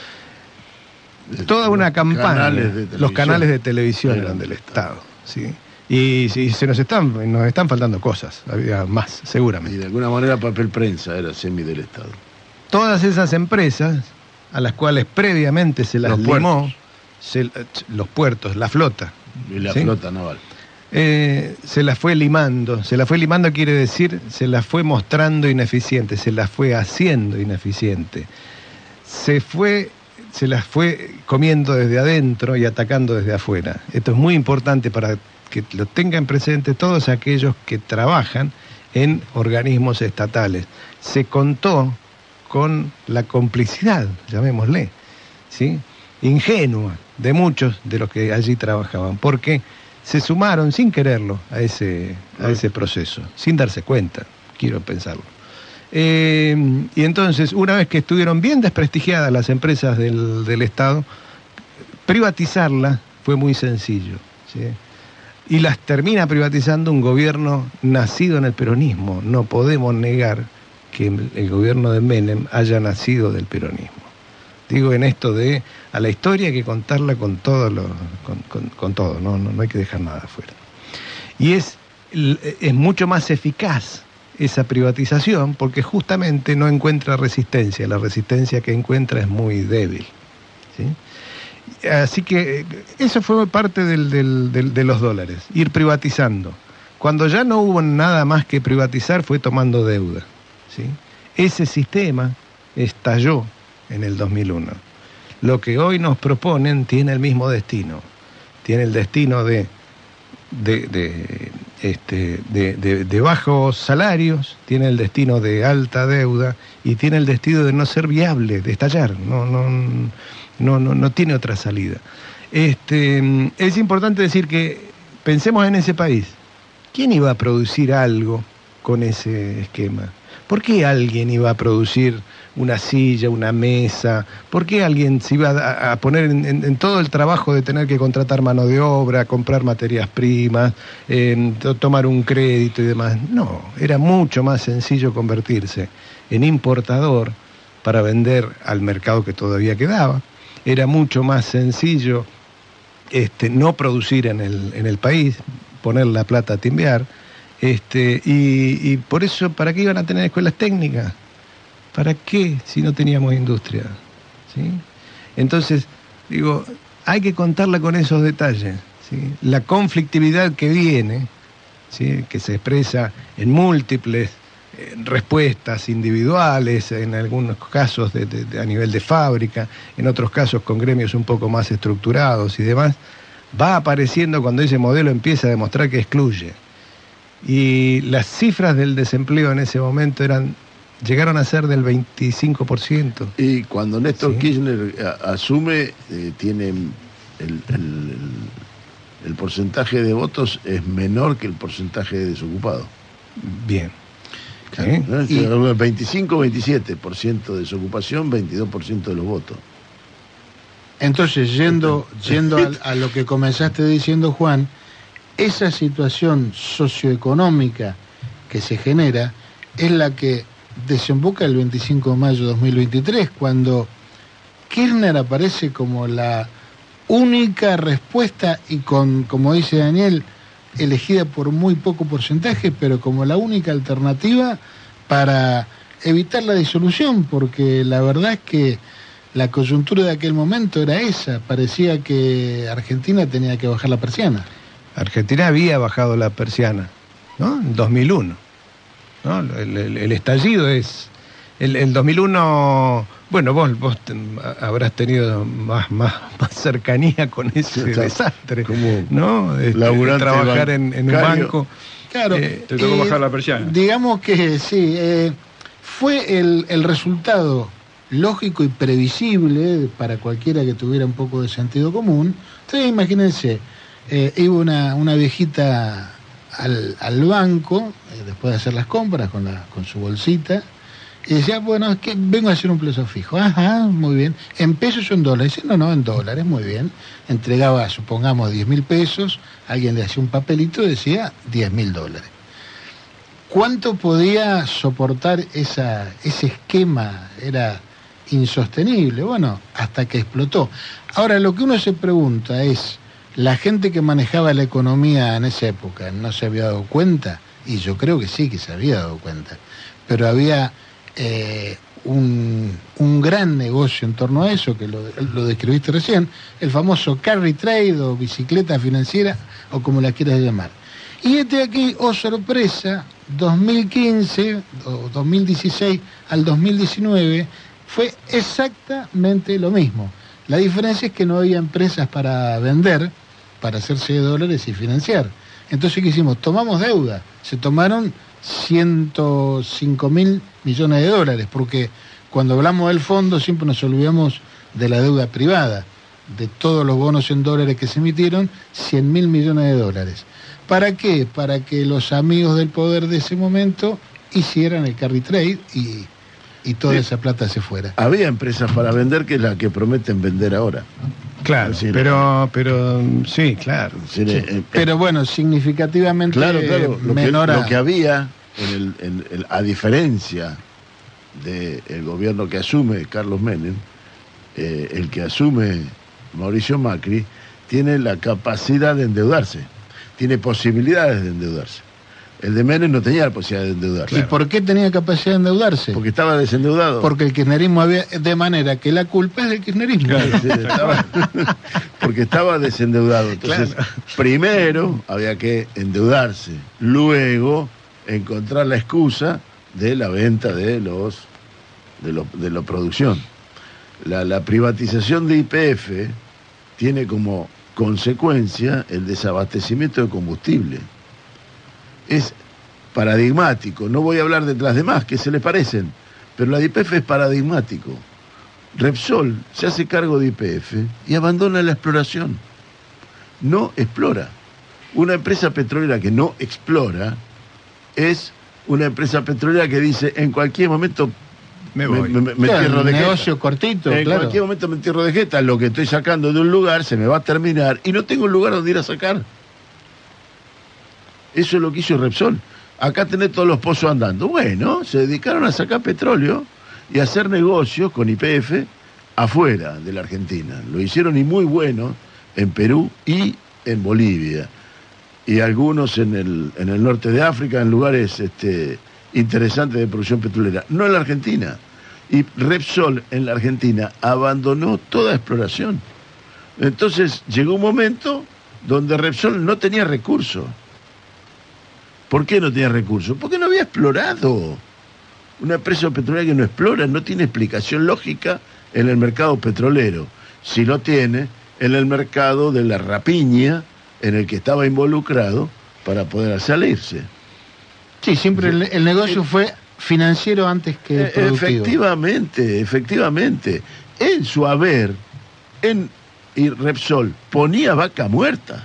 Toda una campaña, los canales de televisión eran del Estado, ¿sí? Y, y se nos están, nos están faltando cosas, había más, seguramente. Y de alguna manera papel prensa era semi del Estado. Todas esas empresas, a las cuales previamente se las los limó, puertos. Se, los puertos, la flota. Y la ¿sí? flota naval. Eh, se las fue limando. Se las fue limando quiere decir, se las fue mostrando ineficiente, se las fue haciendo ineficiente. Se fue, se las fue comiendo desde adentro y atacando desde afuera. Esto es muy importante para que lo tengan presente todos aquellos que trabajan en organismos estatales. Se contó con la complicidad, llamémosle, ¿sí? ingenua de muchos de los que allí trabajaban, porque se sumaron sin quererlo a ese, a ese proceso, sin darse cuenta, quiero pensarlo. Eh, y entonces, una vez que estuvieron bien desprestigiadas las empresas del, del Estado, privatizarlas fue muy sencillo, ¿sí? Y las termina privatizando un gobierno nacido en el peronismo. No podemos negar que el gobierno de Menem haya nacido del peronismo. Digo en esto de a la historia hay que contarla con todo, lo, con, con, con todo, no, no, no hay que dejar nada afuera. Y es, es mucho más eficaz esa privatización porque justamente no encuentra resistencia, la resistencia que encuentra es muy débil, ¿sí? Así que eso fue parte del, del, del, de los dólares, ir privatizando. Cuando ya no hubo nada más que privatizar fue tomando deuda, ¿sí? Ese sistema estalló en el dos mil uno. Lo que hoy nos proponen tiene el mismo destino. Tiene el destino de, de, de, este, de, de, de bajos salarios, tiene el destino de alta deuda y tiene el destino de no ser viable, de estallar. No, no, no, no, no tiene otra salida. Este, es importante decir que pensemos en ese país. ¿Quién iba a producir algo con ese esquema? ¿Por qué alguien iba a producir una silla, una mesa? ¿Por qué alguien se iba a, a poner en, en, en todo el trabajo de tener que contratar mano de obra, comprar materias primas, eh, tomar un crédito y demás? No, era mucho más sencillo convertirse en importador para vender al mercado que todavía quedaba. Era mucho más sencillo este, no producir en el, en el país, poner la plata a timbear. Este, y, y por eso, ¿para qué iban a tener escuelas técnicas? ¿Para qué si no teníamos industria? ¿Sí? Entonces, digo, hay que contarla con esos detalles, ¿sí? La conflictividad que viene, ¿sí? Que se expresa en múltiples eh, respuestas individuales, en algunos casos de, de, de, a nivel de fábrica, en otros casos con gremios un poco más estructurados y demás, va apareciendo cuando ese modelo empieza a demostrar que excluye. Y las cifras del desempleo en ese momento eran llegaron a ser del veinticinco por ciento. Y cuando Néstor ¿sí? Kirchner a, asume, eh, tiene el, el, el porcentaje de votos es menor que el porcentaje de desocupados. Bien. ¿Sí? ¿No? Y veinticinco veintisiete por ciento de desocupación, veintidós por ciento de los votos. Entonces, yendo, yendo a, a lo que comenzaste diciendo, Juan, esa situación socioeconómica que se genera es la que desemboca el veinticinco de mayo de dos mil veintitrés, cuando Kirchner aparece como la única respuesta y con, como dice Daniel, elegida por muy poco porcentaje, pero como la única alternativa para evitar la disolución, porque la verdad es que la coyuntura de aquel momento era esa, parecía que Argentina tenía que bajar la persiana. Argentina había bajado la persiana, ¿no? En dos mil uno. ¿No? El, el, el estallido es... El, el dos mil uno, bueno, vos, vos te, habrás tenido más, más, más cercanía con ese o sea, desastre, como ¿no? Este, trabajar en, en un banco. Claro, eh, te tocó eh, bajar la persiana. Digamos que sí, eh, fue el, el resultado lógico y previsible para cualquiera que tuviera un poco de sentido común. Entonces, imagínense, eh, iba una, una viejita al, al banco, eh, después de hacer las compras con, la, con su bolsita, y decía, bueno, es que vengo a hacer un plazo fijo. Ajá, muy bien. ¿En pesos o en dólares? Dice, no, no, en dólares, muy bien. Entregaba, supongamos, diez mil pesos, alguien le hacía un papelito y decía diez mil dólares. ¿Cuánto podía soportar esa, ese esquema? Era insostenible, bueno, hasta que explotó. Ahora, lo que uno se pregunta es, ¿la gente que manejaba la economía en esa época no se había dado cuenta? Y yo creo que sí, que se había dado cuenta. Pero había eh, un, un gran negocio en torno a eso, que lo, lo describiste recién, el famoso carry trade o bicicleta financiera, o como la quieras llamar. Y este aquí, oh sorpresa, dos mil quince o dos mil dieciséis al dos mil diecinueve fue exactamente lo mismo. La diferencia es que no había empresas para vender, para hacerse de dólares y financiar. Entonces, ¿qué hicimos? Tomamos deuda. Se tomaron ciento cinco mil millones de dólares, porque cuando hablamos del fondo siempre nos olvidamos de la deuda privada, de todos los bonos en dólares que se emitieron, cien mil millones de dólares. ¿Para qué? Para que los amigos del poder de ese momento hicieran el carry trade y, y toda sí. esa plata se fuera. Había empresas para vender que es la que prometen vender ahora. Claro, sí, pero, pero sí, claro. Sí, sí. Eh, pero bueno, significativamente claro, claro. Lo, menor que, a... lo que había, en el, en el, a diferencia del gobierno que asume Carlos Menem, eh, el que asume Mauricio Macri, tiene la capacidad de endeudarse. Tiene posibilidades de endeudarse. El de Menem no tenía la posibilidad de endeudarse. ¿Y por qué tenía capacidad de endeudarse? Porque estaba desendeudado. Porque el kirchnerismo había... De manera que la culpa es del kirchnerismo. Claro, sí, estaba, porque estaba desendeudado. Entonces, claro. Primero había que endeudarse. Luego, encontrar la excusa de la venta de los de, lo, de la producción. La, la privatización de Y P F tiene como consecuencia el desabastecimiento de combustible. Es paradigmático, no voy a hablar de las demás que se le parecen, pero la de Y P F es paradigmático. Repsol se hace cargo de Y P F y abandona la exploración. No explora. Una empresa petrolera que no explora es una empresa petrolera que dice en cualquier momento me voy. Me, me, me claro, entierro de negocio jeta. cortito, en claro. cualquier momento me entierro de jeta, lo que estoy sacando de un lugar se me va a terminar y no tengo un lugar donde ir a sacar. Eso es lo que hizo Repsol. Acá tenés todos los pozos andando. Bueno, se dedicaron a sacar petróleo y a hacer negocios con Y P F afuera de la Argentina. Lo hicieron y muy bueno en Perú y en Bolivia. Y algunos en el, en el norte de África, en lugares este, interesantes de producción petrolera. No en la Argentina. Y Repsol en la Argentina abandonó toda exploración. Entonces llegó un momento donde Repsol no tenía recursos. ¿Por qué no tenía recursos? Porque no había explorado. Una empresa petrolera que no explora no tiene explicación lógica en el mercado petrolero. Si lo tiene, en el mercado de la rapiña en el que estaba involucrado para poder salirse. Sí, siempre el, el negocio fue financiero antes que productivo. Efectivamente, efectivamente. En su haber, en y Repsol ponía vaca muerta.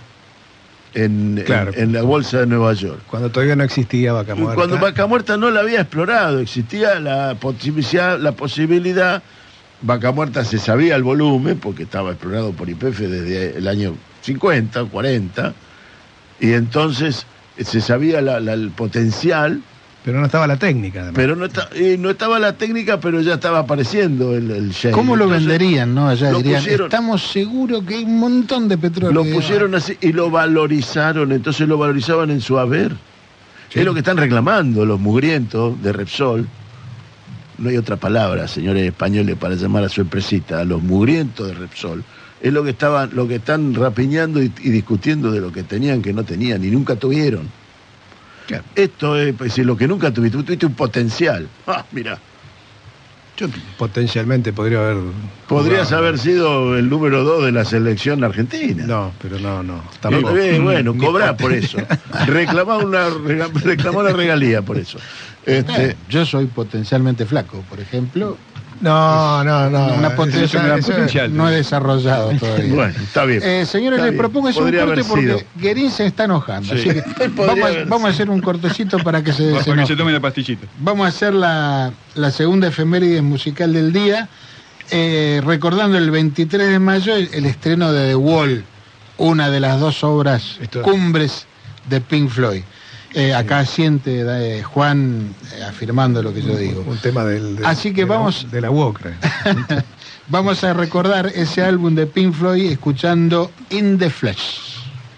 En, claro. en, en la bolsa de Nueva York. Cuando todavía no existía vaca muerta. Cuando vaca muerta no la había explorado, existía la posibilidad, la posibilidad, vaca muerta se sabía el volumen, porque estaba explorado por Y P F desde el año cincuenta, cuarenta, y entonces se sabía la, la, el potencial. Pero no estaba la técnica, además. Pero no, está, eh, no estaba la técnica, pero ya estaba apareciendo el, el shale. ¿Cómo lo entonces, venderían, no? Allá dirían, pusieron, estamos seguros que hay un montón de petróleo. Lo pusieron así y lo valorizaron, entonces lo valorizaban en su haber. Sí. Es lo que están reclamando los mugrientos de Repsol. No hay otra palabra, señores españoles, para llamar a su empresita, a los mugrientos de Repsol. Es lo que estaban, lo que están rapiñando y, y discutiendo de lo que tenían que no tenían y nunca tuvieron. Claro. Esto es pues, lo que nunca tuviste, tuviste un potencial. Ah, mira. Yo potencialmente podría haber... Podrías jugado. haber sido el número dos de la selección argentina. No, pero no, no. Tampoco. Eh, eh, bueno, cobrá por eso. Reclamá una, reclamá una regalía por eso. Este, eh, yo soy potencialmente flaco, por ejemplo. No, no, no. Una potencia, eso, eso no he desarrollado todavía. Bueno, está bien. Eh, señores, está les bien. propongo hacer un corte porque Guerín se está enojando. Sí. Así que vamos, a, vamos a hacer un cortecito para que se Para que se tome la pastillita. Vamos a hacer la, la segunda efeméride musical del día, eh, recordando el veintitrés de mayo el, el estreno de The Wall, una de las dos obras Esto... cumbres de Pink Floyd. Eh, acá siente eh, Juan eh, afirmando lo que yo digo. Un tema del, del, Así que de vamos la, de la Wokra. Vamos a recordar ese álbum de Pink Floyd escuchando In the Flesh.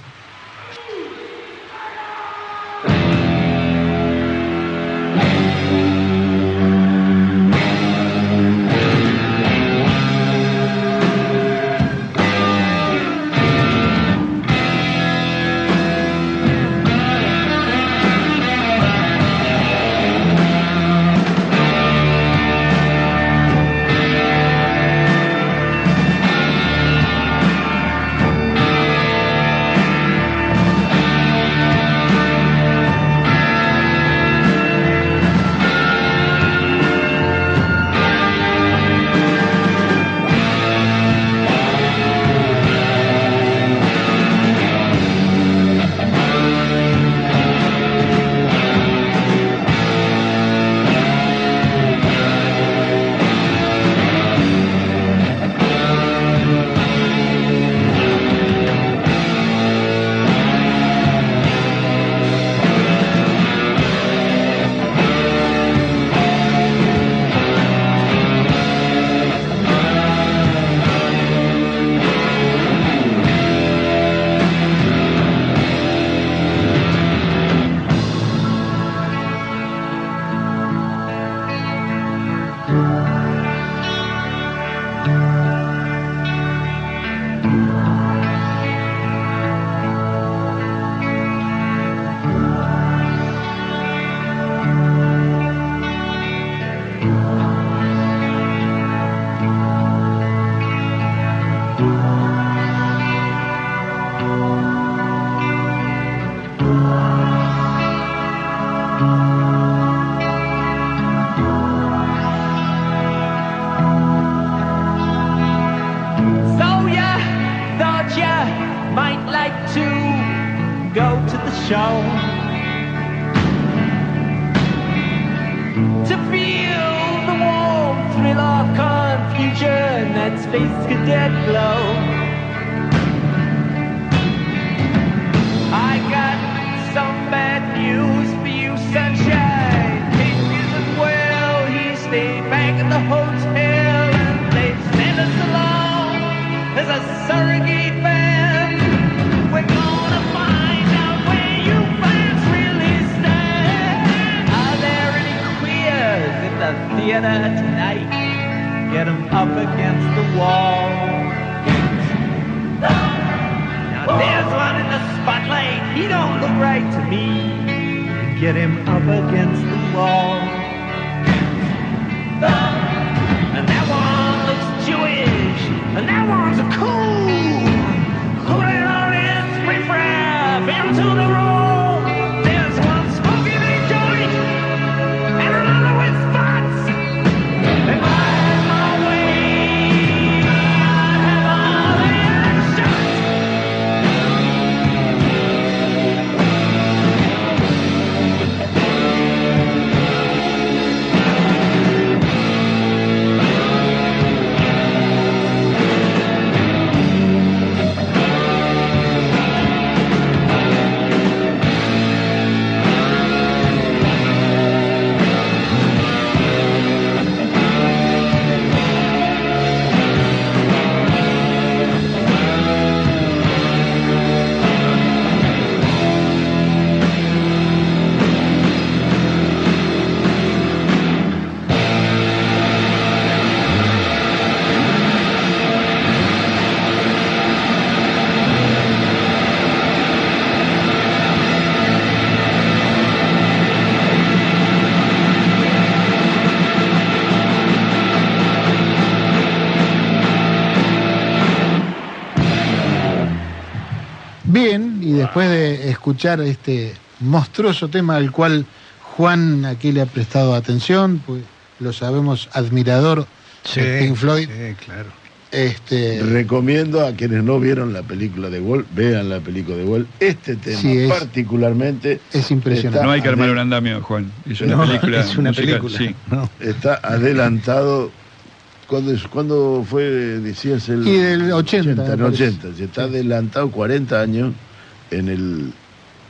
Bien, y después de escuchar este monstruoso tema al cual Juan aquí le ha prestado atención, pues lo sabemos, admirador sí, de Pink Floyd. Sí, claro. Este... Recomiendo a quienes no vieron la película de Wall, vean la película de Wall. Este tema sí, es, particularmente es impresionante. No hay que armar un andamio, Juan. Es una no, película. Es una musical, película. Sí. No. Está adelantado. ¿Cuándo, ¿Cuándo fue, decías, el...? Y del ochenta. ochenta, en ochenta. Se está adelantado cuarenta años en el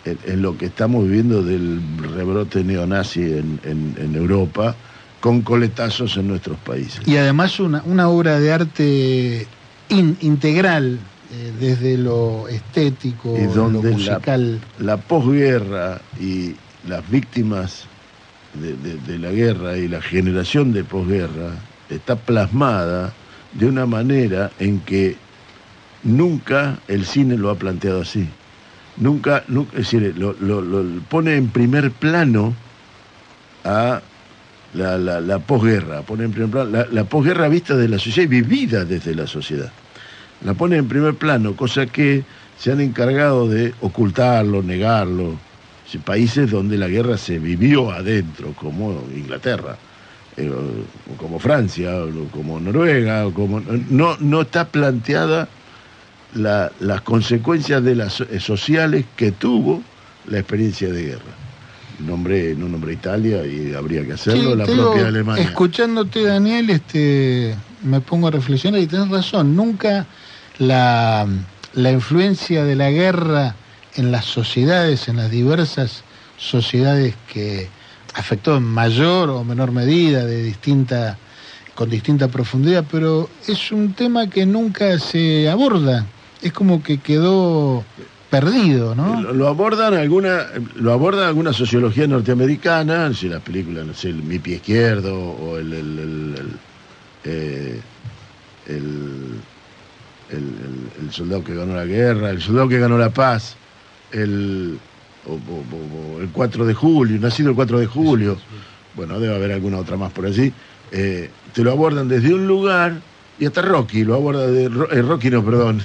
en, en lo que estamos viviendo del rebrote neonazi en, en, en Europa, con coletazos en nuestros países. Y además una, una obra de arte in, integral, eh, desde lo estético, y donde lo musical. La, la posguerra y las víctimas de, de, de la guerra y la generación de posguerra está plasmada de una manera en que nunca el cine lo ha planteado así. Nunca, nunca es decir, lo, lo, lo pone en primer plano a la, la, la posguerra, pone en primer plano la, la posguerra vista de la sociedad y vivida desde la sociedad. La pone en primer plano, cosa que se han encargado de ocultarlo, negarlo. Países donde la guerra se vivió adentro, como Inglaterra, eh, o como Francia, o como Noruega, o como no, no está planteada la, las consecuencias de las eh, sociales que tuvo la experiencia de guerra. Nombré, no nombré Italia y habría que hacerlo, sí, la digo, propia Alemania. Escuchándote, Daniel, este, me pongo a reflexionar y tenés razón. Nunca la, la influencia de la guerra en las sociedades, en las diversas sociedades que afectó en mayor o menor medida, de distinta, con distinta profundidad, pero es un tema que nunca se aborda. Es como que quedó perdido, ¿no? Lo, lo abordan alguna, lo abordan alguna sociología norteamericana, si las películas, no sé, el Mi Pie Izquierdo o el el el, el, eh, el, el, el, el soldado que ganó la guerra, el soldado que ganó la paz. El, o, o, o, el cuatro de julio, nacido el cuatro de julio, sí, sí, sí. Bueno, debe haber alguna otra más por allí, eh, te lo abordan desde un lugar, y hasta Rocky, lo aborda de, eh, Rocky no, perdón,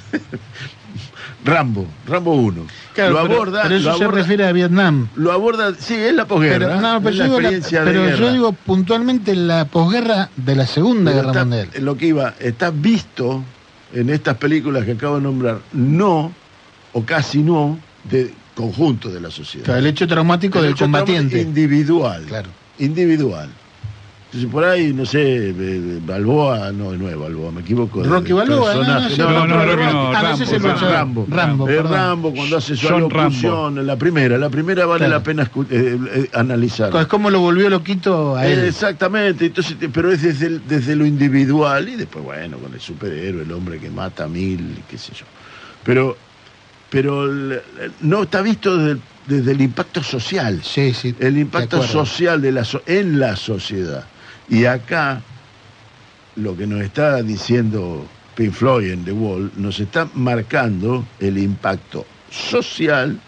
Rambo, Rambo uno. Claro, lo pero, aborda, pero eso lo aborda, se refiere a Vietnam. Lo aborda, sí, es la posguerra, pero, no, pero es yo la digo experiencia la, de pero guerra. yo digo puntualmente la posguerra de la Segunda pero Guerra está, Mundial. Lo que iba, está visto en estas películas que acabo de nombrar, no, o casi no, de conjunto de la sociedad. Claro, el hecho traumático el del hecho combatiente. Individual. Claro. Individual. Entonces por ahí, no sé, Balboa, no, no es Balboa, me equivoco. Rocky Balboa, no, no, no, no, no, Rocky no, a veces Rambo, el Rambo. Rambo, Rambo, Rambo cuando hace su John alocución, Rambo. la primera, la primera vale Claro. la pena escu- eh, eh, analizar. Es como lo volvió loquito a él. Eh, exactamente, entonces, pero es desde, el- desde lo individual y después, bueno, con el superhéroe, el hombre que mata a mil, qué sé yo. Pero, pero el- no está visto desde el, desde el impacto social. Sí, sí. El impacto de acuerdo. social de la so- en la sociedad. Y acá, lo que nos está diciendo Pink Floyd en The Wall, nos está marcando el impacto social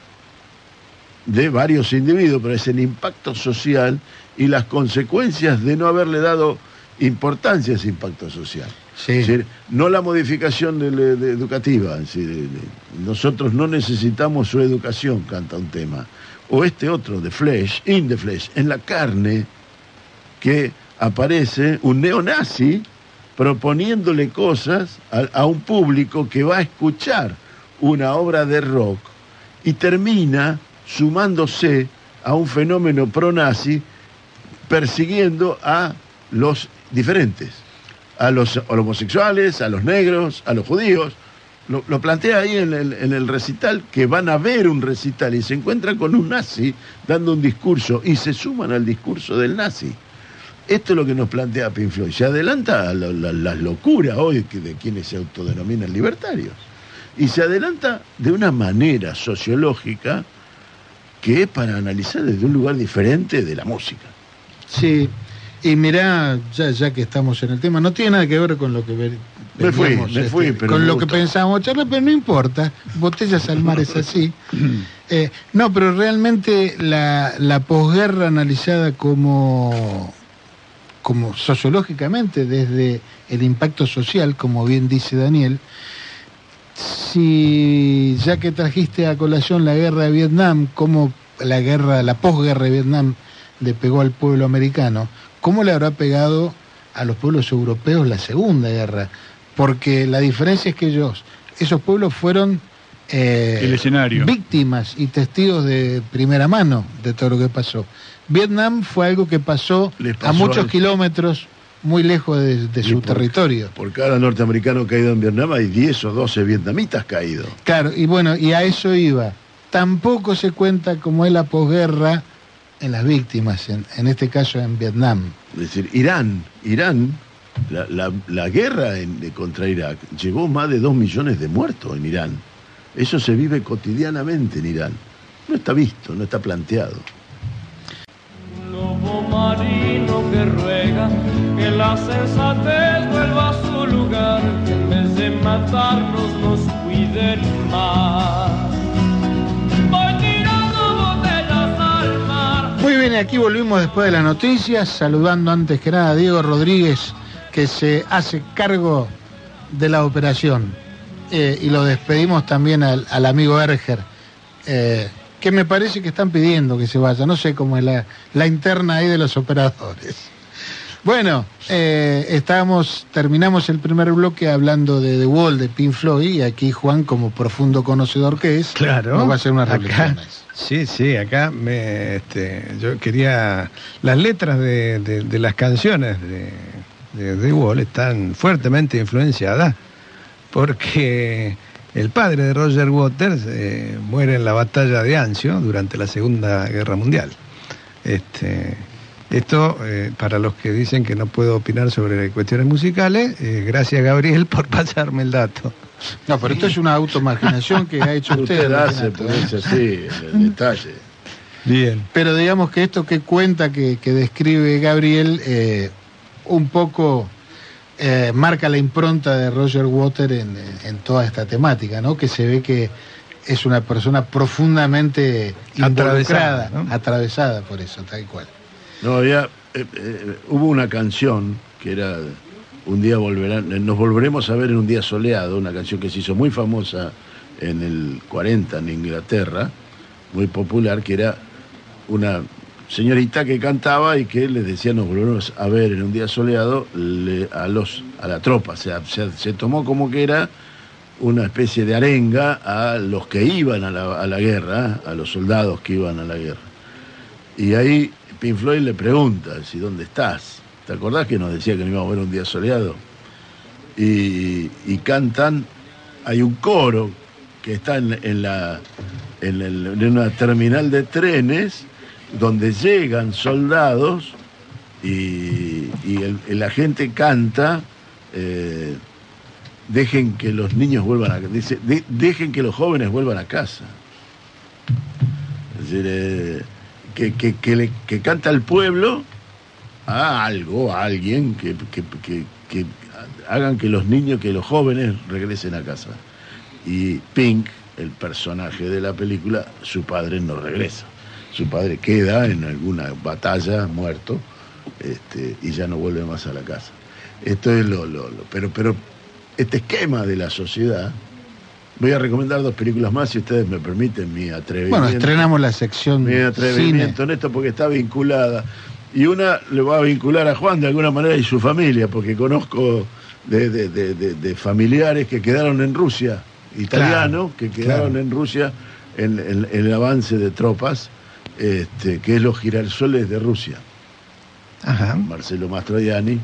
de varios individuos, pero es el impacto social y las consecuencias de no haberle dado importancia a ese impacto social. Sí. Es decir, no la modificación de, de- de educativa. Es decir, de- de- nosotros no necesitamos su educación, canta un tema. O este otro, The Flesh, In the Flesh, en la carne, que aparece un neonazi proponiéndole cosas a, a un público que va a escuchar una obra de rock y termina sumándose a un fenómeno pro-nazi persiguiendo a los diferentes, a los, a los homosexuales, a los negros, a los judíos. Lo, lo plantea ahí en el, en el recital, que van a ver un recital y se encuentran con un nazi dando un discurso y se suman al discurso del nazi. Esto es lo que nos plantea Pink Floyd. Se adelanta a la, la, la locura hoy de quienes se autodenominan libertarios. Y se adelanta de una manera sociológica que es para analizar desde un lugar diferente de la música. Sí, y mirá, ya, ya que estamos en el tema, no tiene nada que ver con lo que ver, Me fui, veníamos, me fui, pero con me lo gustó. que pensábamos charlar, pero no importa, Botellas al Mar es así. Eh, no, pero realmente la, la posguerra analizada como, como sociológicamente, desde el impacto social, como bien dice Daniel, si ya que trajiste a colación la guerra de Vietnam, cómo la guerra, la posguerra de Vietnam le pegó al pueblo americano, ¿cómo le habrá pegado a los pueblos europeos la Segunda Guerra? Porque la diferencia es que ellos, esos pueblos fueron eh, el escenario, víctimas y testigos de primera mano de todo lo que pasó. Vietnam fue algo que pasó, pasó a muchos a kilómetros muy lejos de, de su por, territorio. Por cada norteamericano caído en Vietnam hay diez o doce vietnamitas caídos. Claro, y bueno, y a eso iba. tampoco se cuenta cómo es la posguerra en las víctimas, en, en este caso en Vietnam. Es decir, Irán, Irán, la, la, la guerra en, de, contra Irak llevó más de dos millones de muertos en Irán. Eso se vive cotidianamente en Irán. No está visto, no está planteado. Un lobo marino que ruega que la sensatez vuelva a su lugar, que en vez de matarnos nos cuiden más. Voy tirando botellas al mar. Muy bien, aquí volvimos después de las noticias, saludando antes que nada a Diego Rodríguez, que se hace cargo de la operación. Eh, y lo despedimos también al, al amigo Erger, eh, que me parece que están pidiendo que se vaya. No sé cómo es la, la interna ahí de los operadores. Bueno, eh, estábamos, terminamos el primer bloque hablando de The Wall, de Pink Floyd, y aquí Juan, como profundo conocedor que es, claro, nos va a hacer unas acá, reflexiones. Sí, sí, acá me, este, yo quería... Las letras de, de, de las canciones de, de The Wall están fuertemente influenciadas porque el padre de Roger Waters eh, muere en la batalla de Anzio durante la Segunda Guerra Mundial. Este, esto, eh, para los que dicen que no puedo opinar sobre cuestiones musicales, eh, gracias Gabriel por pasarme el dato. No, pero esto es una automarginación que ha hecho usted. Usted hace, pues es así, el detalle. Bien. Pero digamos que esto que cuenta, que, que describe Gabriel, eh, un poco... Eh, marca la impronta de Roger Waters en, en toda esta temática, ¿no? Que se ve que es una persona profundamente involucrada, atravesada, ¿no? atravesada por eso, tal cual. No, había, eh, eh, hubo una canción que era Un día volverán, nos volveremos a ver en un día soleado, una canción que se hizo muy famosa en el cuarenta en Inglaterra, muy popular, que era una señorita que cantaba y que les decía nos volveremos a ver en un día soleado le, a los a la tropa. O sea, se, se tomó como que era una especie de arenga a los que iban a la, a la guerra, a los soldados que iban a la guerra. Y ahí Pink Floyd le pregunta, si ¿dónde estás? ¿Te acordás que nos decía que no íbamos a ver un día soleado? Y, y cantan, hay un coro que está en, en, la, en, el, en una terminal de trenes donde llegan soldados y, y el, la gente canta, eh, dejen que los niños vuelvan a dice, de, dejen que los jóvenes vuelvan a casa. Es decir, eh, que, que, que, le, que canta el pueblo a algo, a alguien, que, que, que, que hagan que los niños, que los jóvenes regresen a casa. Y Pink, el personaje de la película, su padre no regresa. Su padre queda en alguna batalla muerto, este, y ya no vuelve más a la casa. Esto es lo, lo, lo pero, pero este esquema de la sociedad. Voy a recomendar dos películas más, si ustedes me permiten, mi atrevimiento. Bueno, estrenamos la sección mi atrevimiento cine en esto porque está vinculada. Y una le va a vincular a Juan de alguna manera y su familia, porque conozco de, de, de, de, de familiares que quedaron en Rusia, italianos, claro, que quedaron claro. en Rusia en, en, en el avance de tropas. Este, que es Los Girasoles de Rusia. Ajá. Marcelo Mastroianni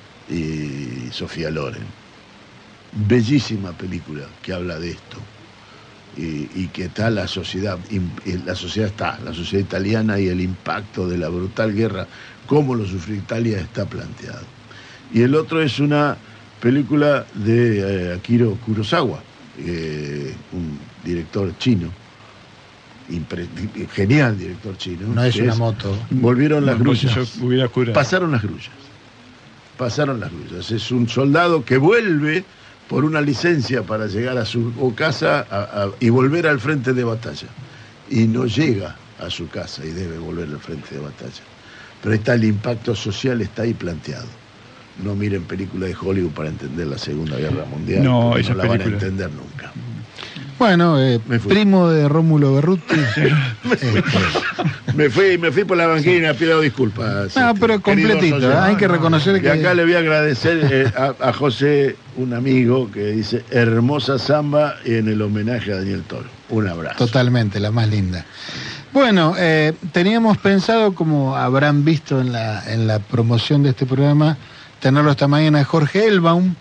y Sofía Loren. Bellísima película que habla de esto. Y, y que está la sociedad, la sociedad está, la sociedad italiana y el impacto de la brutal guerra, cómo lo sufrió Italia, está planteado. Y el otro es una película de eh, Akira Kurosawa, eh, un director chino. Impre genial director chino. No es una es, moto. Volvieron las no, grullas. Pasaron las grullas. Pasaron las grullas. Es un soldado que vuelve por una licencia para llegar a su casa a, a, y volver al frente de batalla. Y no llega a su casa y debe volver al frente de batalla. Pero está el impacto social, está ahí planteado. No miren películas de Hollywood para entender la Segunda Guerra Mundial. No, esa no la película. van a entender nunca. Bueno, eh, primo de Rómulo Berruti. me, fui. me fui me fui por la banquina, pido disculpas. No, pero completito, ¿eh? Hay que reconocer y que... Y acá le voy a agradecer eh, a, a José, un amigo, que dice hermosa samba en el homenaje a Daniel Toro. Un abrazo. Totalmente, la más linda. Bueno, eh, teníamos pensado, como habrán visto en la, en la promoción de este programa, tenerlo esta mañana a Jorge Elbaum,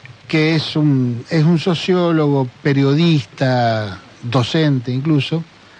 que es un, es un sociólogo, periodista, docente incluso,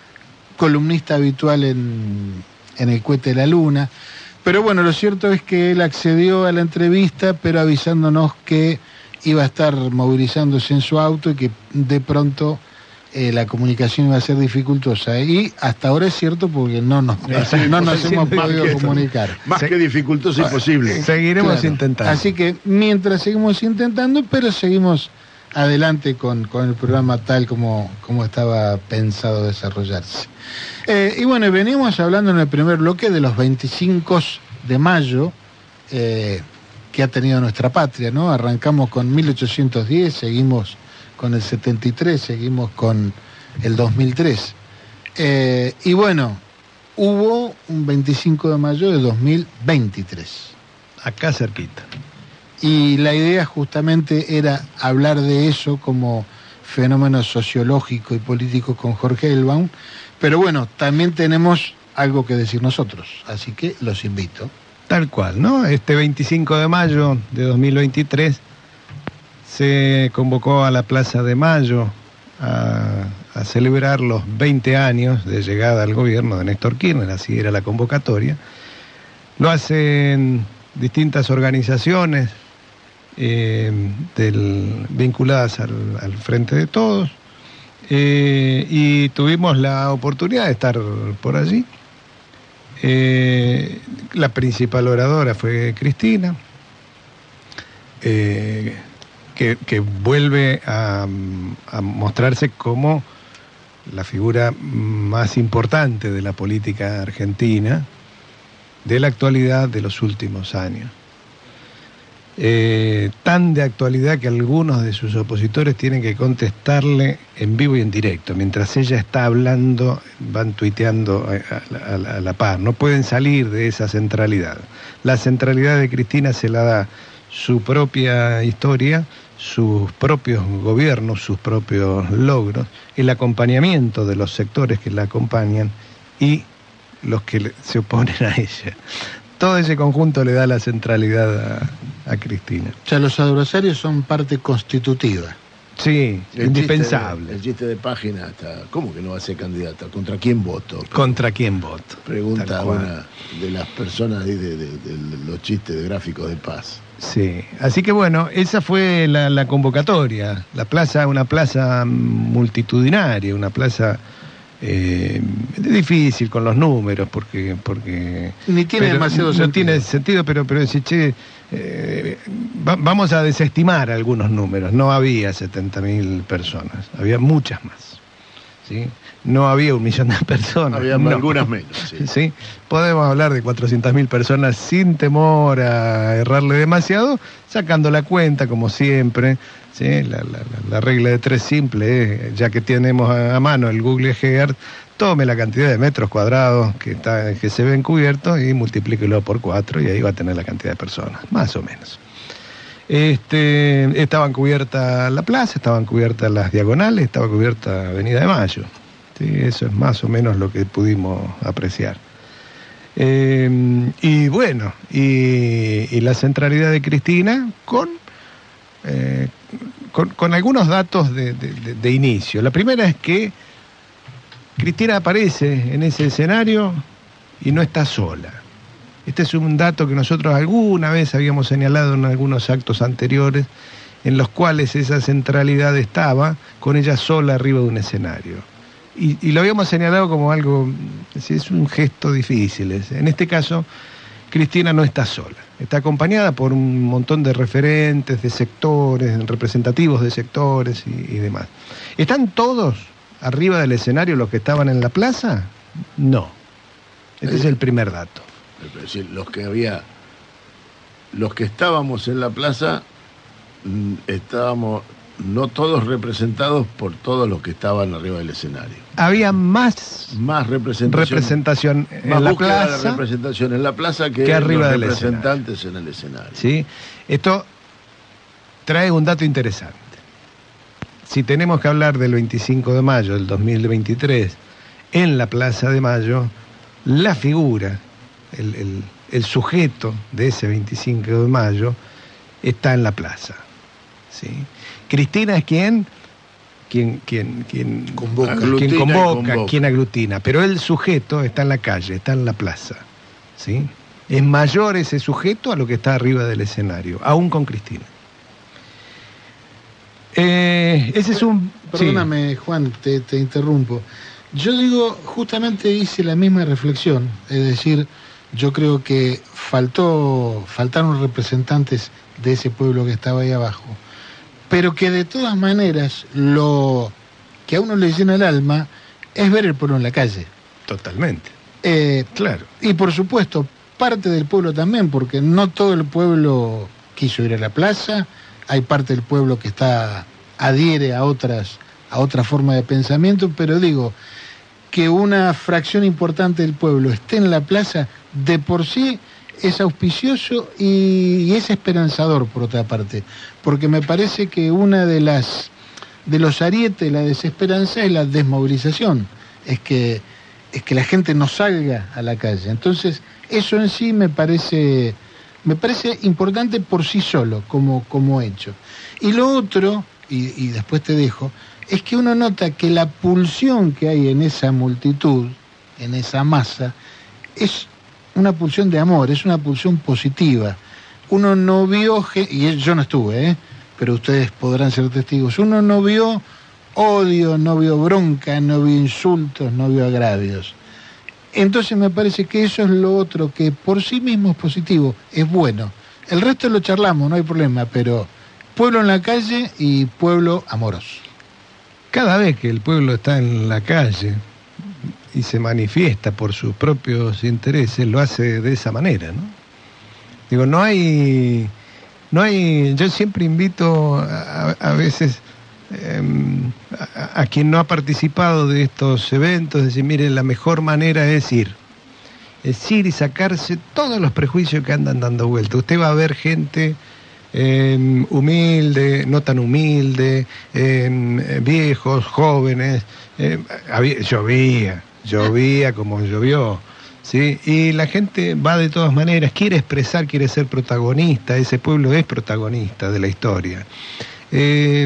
columnista habitual en, en El Cohete de la Luna. Pero bueno, lo cierto es que él accedió a la entrevista, pero avisándonos que iba a estar movilizándose en su auto y que de pronto eh, la comunicación iba a ser dificultosa. Y hasta ahora es cierto porque no nos, no nos hemos podido comunicar. Más Se, que dificultoso, imposible. Seguiremos claro. intentando. Así que mientras seguimos intentando, pero seguimos adelante con, con el programa tal como, como estaba pensado desarrollarse. Eh, y bueno, venimos hablando en el primer bloque de los veinticinco de mayo eh, que ha tenido nuestra patria, ¿no? Arrancamos con mil ochocientos diez, seguimos con el setenta y tres, seguimos con el dos mil tres. Eh, y bueno, hubo un veinticinco de mayo de dos mil veintitrés. Acá cerquita. Y la idea justamente era hablar de eso como fenómeno sociológico y político con Jorge Elbaum, pero bueno, también tenemos algo que decir nosotros, así que los invito. Tal cual, ¿no? Este veinticinco de mayo de dos mil veintitrés se convocó a la Plaza de Mayo a, a celebrar los veinte años de llegada al gobierno de Néstor Kirchner, así era la convocatoria. Lo hacen distintas organizaciones eh, del, vinculadas al, al Frente de Todos, eh, y tuvimos la oportunidad de estar por allí. Eh, la principal oradora fue Cristina, eh, que, que vuelve a, a mostrarse como la figura más importante de la política argentina de la actualidad de los últimos años. Eh, tan de actualidad que algunos de sus opositores tienen que contestarle en vivo y en directo. Mientras ella está hablando, van tuiteando a, a, a, a la par. No pueden salir de esa centralidad. La centralidad de Cristina se la da su propia historia, sus propios gobiernos, sus propios logros, el acompañamiento de los sectores que la acompañan y los que se oponen a ella. Todo ese conjunto le da la centralidad a, a Cristina. O sea, los adversarios son parte constitutiva. Sí, el indispensable. Chiste de, el chiste de página está, ¿cómo que no va a ser candidata? ¿Contra quién voto? ¿Contra quién voto? Pregunta una de las personas de, de, de, de los chistes de Gráficos de Paz. Sí, así que bueno, esa fue la, la convocatoria. La plaza, una plaza multitudinaria, una plaza eh, difícil con los números, porque porque ni tiene pero, demasiado no sentido. tiene sentido, pero pero decir, che, eh, va, vamos a desestimar algunos números. No había setenta mil personas, había muchas más, ¿sí? No había un millón de personas. Había no. algunas menos, sí. ¿Sí? Podemos hablar de cuatrocientas mil personas sin temor a errarle demasiado, sacando la cuenta, como siempre. ¿Sí? La, la, la regla de tres simple es, ya que tenemos a, a mano el Google Earth, tome la cantidad de metros cuadrados que, está, que se ven cubiertos y multiplíquelo por cuatro y ahí va a tener la cantidad de personas, más o menos. Este, estaban cubiertas la plaza, estaban cubiertas las diagonales, estaba cubierta Avenida de Mayo. Sí, eso es más o menos lo que pudimos apreciar. Eh, y bueno, y, y la centralidad de Cristina con, eh, con, con algunos datos de, de, de, de inicio. La primera es que Cristina aparece en ese escenario y no está sola. Este es un dato que nosotros alguna vez habíamos señalado en algunos actos anteriores, en los cuales esa centralidad estaba con ella sola arriba de un escenario. Y, y lo habíamos señalado como algo, es un gesto difícil. En este caso, Cristina no está sola. Está acompañada por un montón de referentes, de sectores, representativos de sectores y, y demás. ¿Están todos arriba del escenario los que estaban en la plaza? No. Este es el primer dato. Es decir, los que había, los que estábamos en la plaza, estábamos no todos representados por todos los que estaban arriba del escenario. Había más, más representación, representación en más la búsqueda plaza, de representación en la plaza que, que arriba los del representantes escenario. En el escenario. ¿Sí? Esto trae un dato interesante. Si tenemos que hablar del veinticinco de mayo del dos mil veintitrés en la Plaza de Mayo, la figura, el, el, el sujeto de ese veinticinco de mayo está en la plaza. ¿Sí? Cristina es quien quien, quien, quien Convoca. quien Aglutina y convoca, convoca. quien aglutina, pero el sujeto está en la calle, está en la plaza, ¿sí? Es mayor ese sujeto a lo que está arriba del escenario, aún con Cristina. Eh, ese es un... Perdóname, Juan, te, te interrumpo. Yo digo, justamente hice la misma reflexión, es decir, yo creo que faltó, faltaron representantes de ese pueblo que estaba ahí abajo, pero que de todas maneras lo que a uno le llena el alma es ver el pueblo en la calle. Totalmente. Eh, Claro. Y por supuesto, parte del pueblo también, porque no todo el pueblo quiso ir a la plaza, hay parte del pueblo que está adhiere a otras, a otra forma de pensamiento, pero digo, que una fracción importante del pueblo esté en la plaza, de por sí es auspicioso y, y es esperanzador, por otra parte, porque me parece que una de las de los arietes de la desesperanza es la desmovilización, es que es que la gente no salga a la calle. Entonces, eso en sí me parece me parece importante por sí solo, como, como hecho. Y lo otro, y, y después te dejo, es que uno nota que la pulsión que hay en esa multitud, en esa masa, es una pulsión de amor, es una pulsión positiva. Uno no vio, y yo no estuve, ¿eh? Pero ustedes podrán ser testigos, uno no vio odio, no vio bronca, no vio insultos, no vio agravios. Entonces me parece que eso es lo otro, que por sí mismo es positivo, es bueno. El resto lo charlamos, no hay problema, pero pueblo en la calle y pueblo amoroso. Cada vez que el pueblo está en la calle y se manifiesta por sus propios intereses, lo hace de esa manera, ¿no? Digo, no hay, no hay, yo siempre invito a, a veces eh, a, a quien no ha participado de estos eventos, decir, mire, la mejor manera es ir, es ir y sacarse todos los prejuicios que andan dando vuelta. Usted va a ver gente Eh, humilde, no tan humilde, eh, viejos, jóvenes, eh, había, llovía, llovía como llovió, ¿sí? Y la gente va de todas maneras, quiere expresar, quiere ser protagonista, ese pueblo es protagonista de la historia. Eh,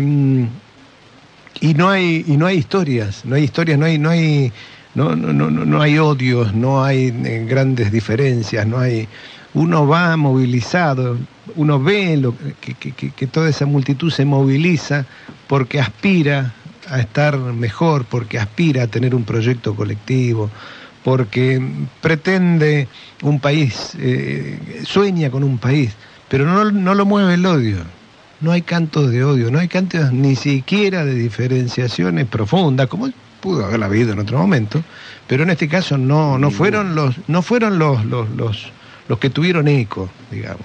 y no hay, y no hay historias, no hay historias, no hay, no hay, no, no, no, no hay odios, no hay eh, grandes diferencias, no hay. Uno va movilizado, uno ve lo, que, que, que toda esa multitud se moviliza porque aspira a estar mejor, porque aspira a tener un proyecto colectivo, porque pretende un país, eh, sueña con un país, pero no, no lo mueve el odio. No hay cantos de odio, no hay cantos ni siquiera de diferenciaciones profundas, como pudo haber habido en otro momento, pero en este caso no, no fueron los, no fueron los, los, los los que tuvieron eco, digamos.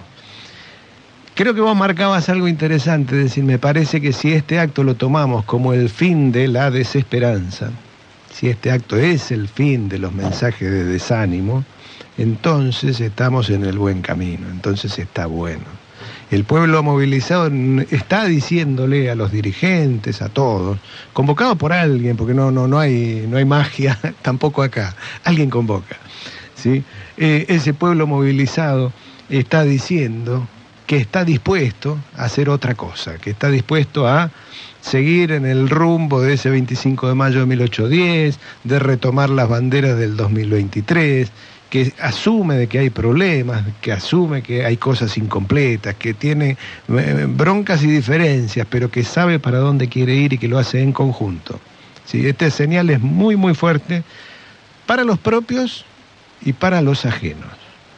Creo que vos marcabas algo interesante, es decir, me parece que si este acto lo tomamos como el fin de la desesperanza, si este acto es el fin de los mensajes de desánimo, entonces estamos en el buen camino, entonces está bueno. El pueblo movilizado está diciéndole a los dirigentes, a todos, convocado por alguien, porque no, no, no hay, no hay magia tampoco acá, alguien convoca, ¿sí? Eh, ese pueblo movilizado está diciendo que está dispuesto a hacer otra cosa, que está dispuesto a seguir en el rumbo de ese veinticinco de mayo de mil ochocientos diez, de retomar las banderas del dos mil veintitrés, que asume de que hay problemas, que asume que hay cosas incompletas, que tiene eh, broncas y diferencias, pero que sabe para dónde quiere ir y que lo hace en conjunto. ¿Sí? Esta señal es muy, muy fuerte para los propios y para los ajenos.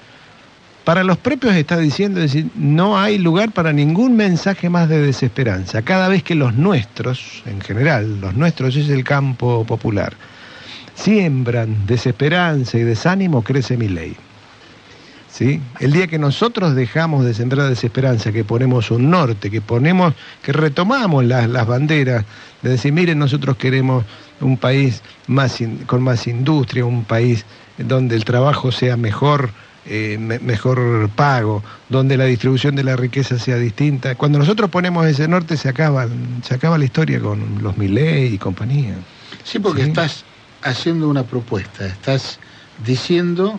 Para los propios está diciendo, es decir, no hay lugar para ningún mensaje más de desesperanza. Cada vez que los nuestros, en general, los nuestros es el campo popular, siembran desesperanza y desánimo, crece Milei. ¿Sí? El día que nosotros dejamos de sembrar desesperanza, que ponemos un norte, que ponemos, que retomamos las, las banderas, de decir, miren, nosotros queremos un país más in, con más industria, un país donde el trabajo sea mejor, eh, me, mejor pago, donde la distribución de la riqueza sea distinta. Cuando nosotros ponemos ese norte se acaba, se acaba la historia con los Milei y compañía. Sí, porque ¿sí? Estás haciendo una propuesta, estás diciendo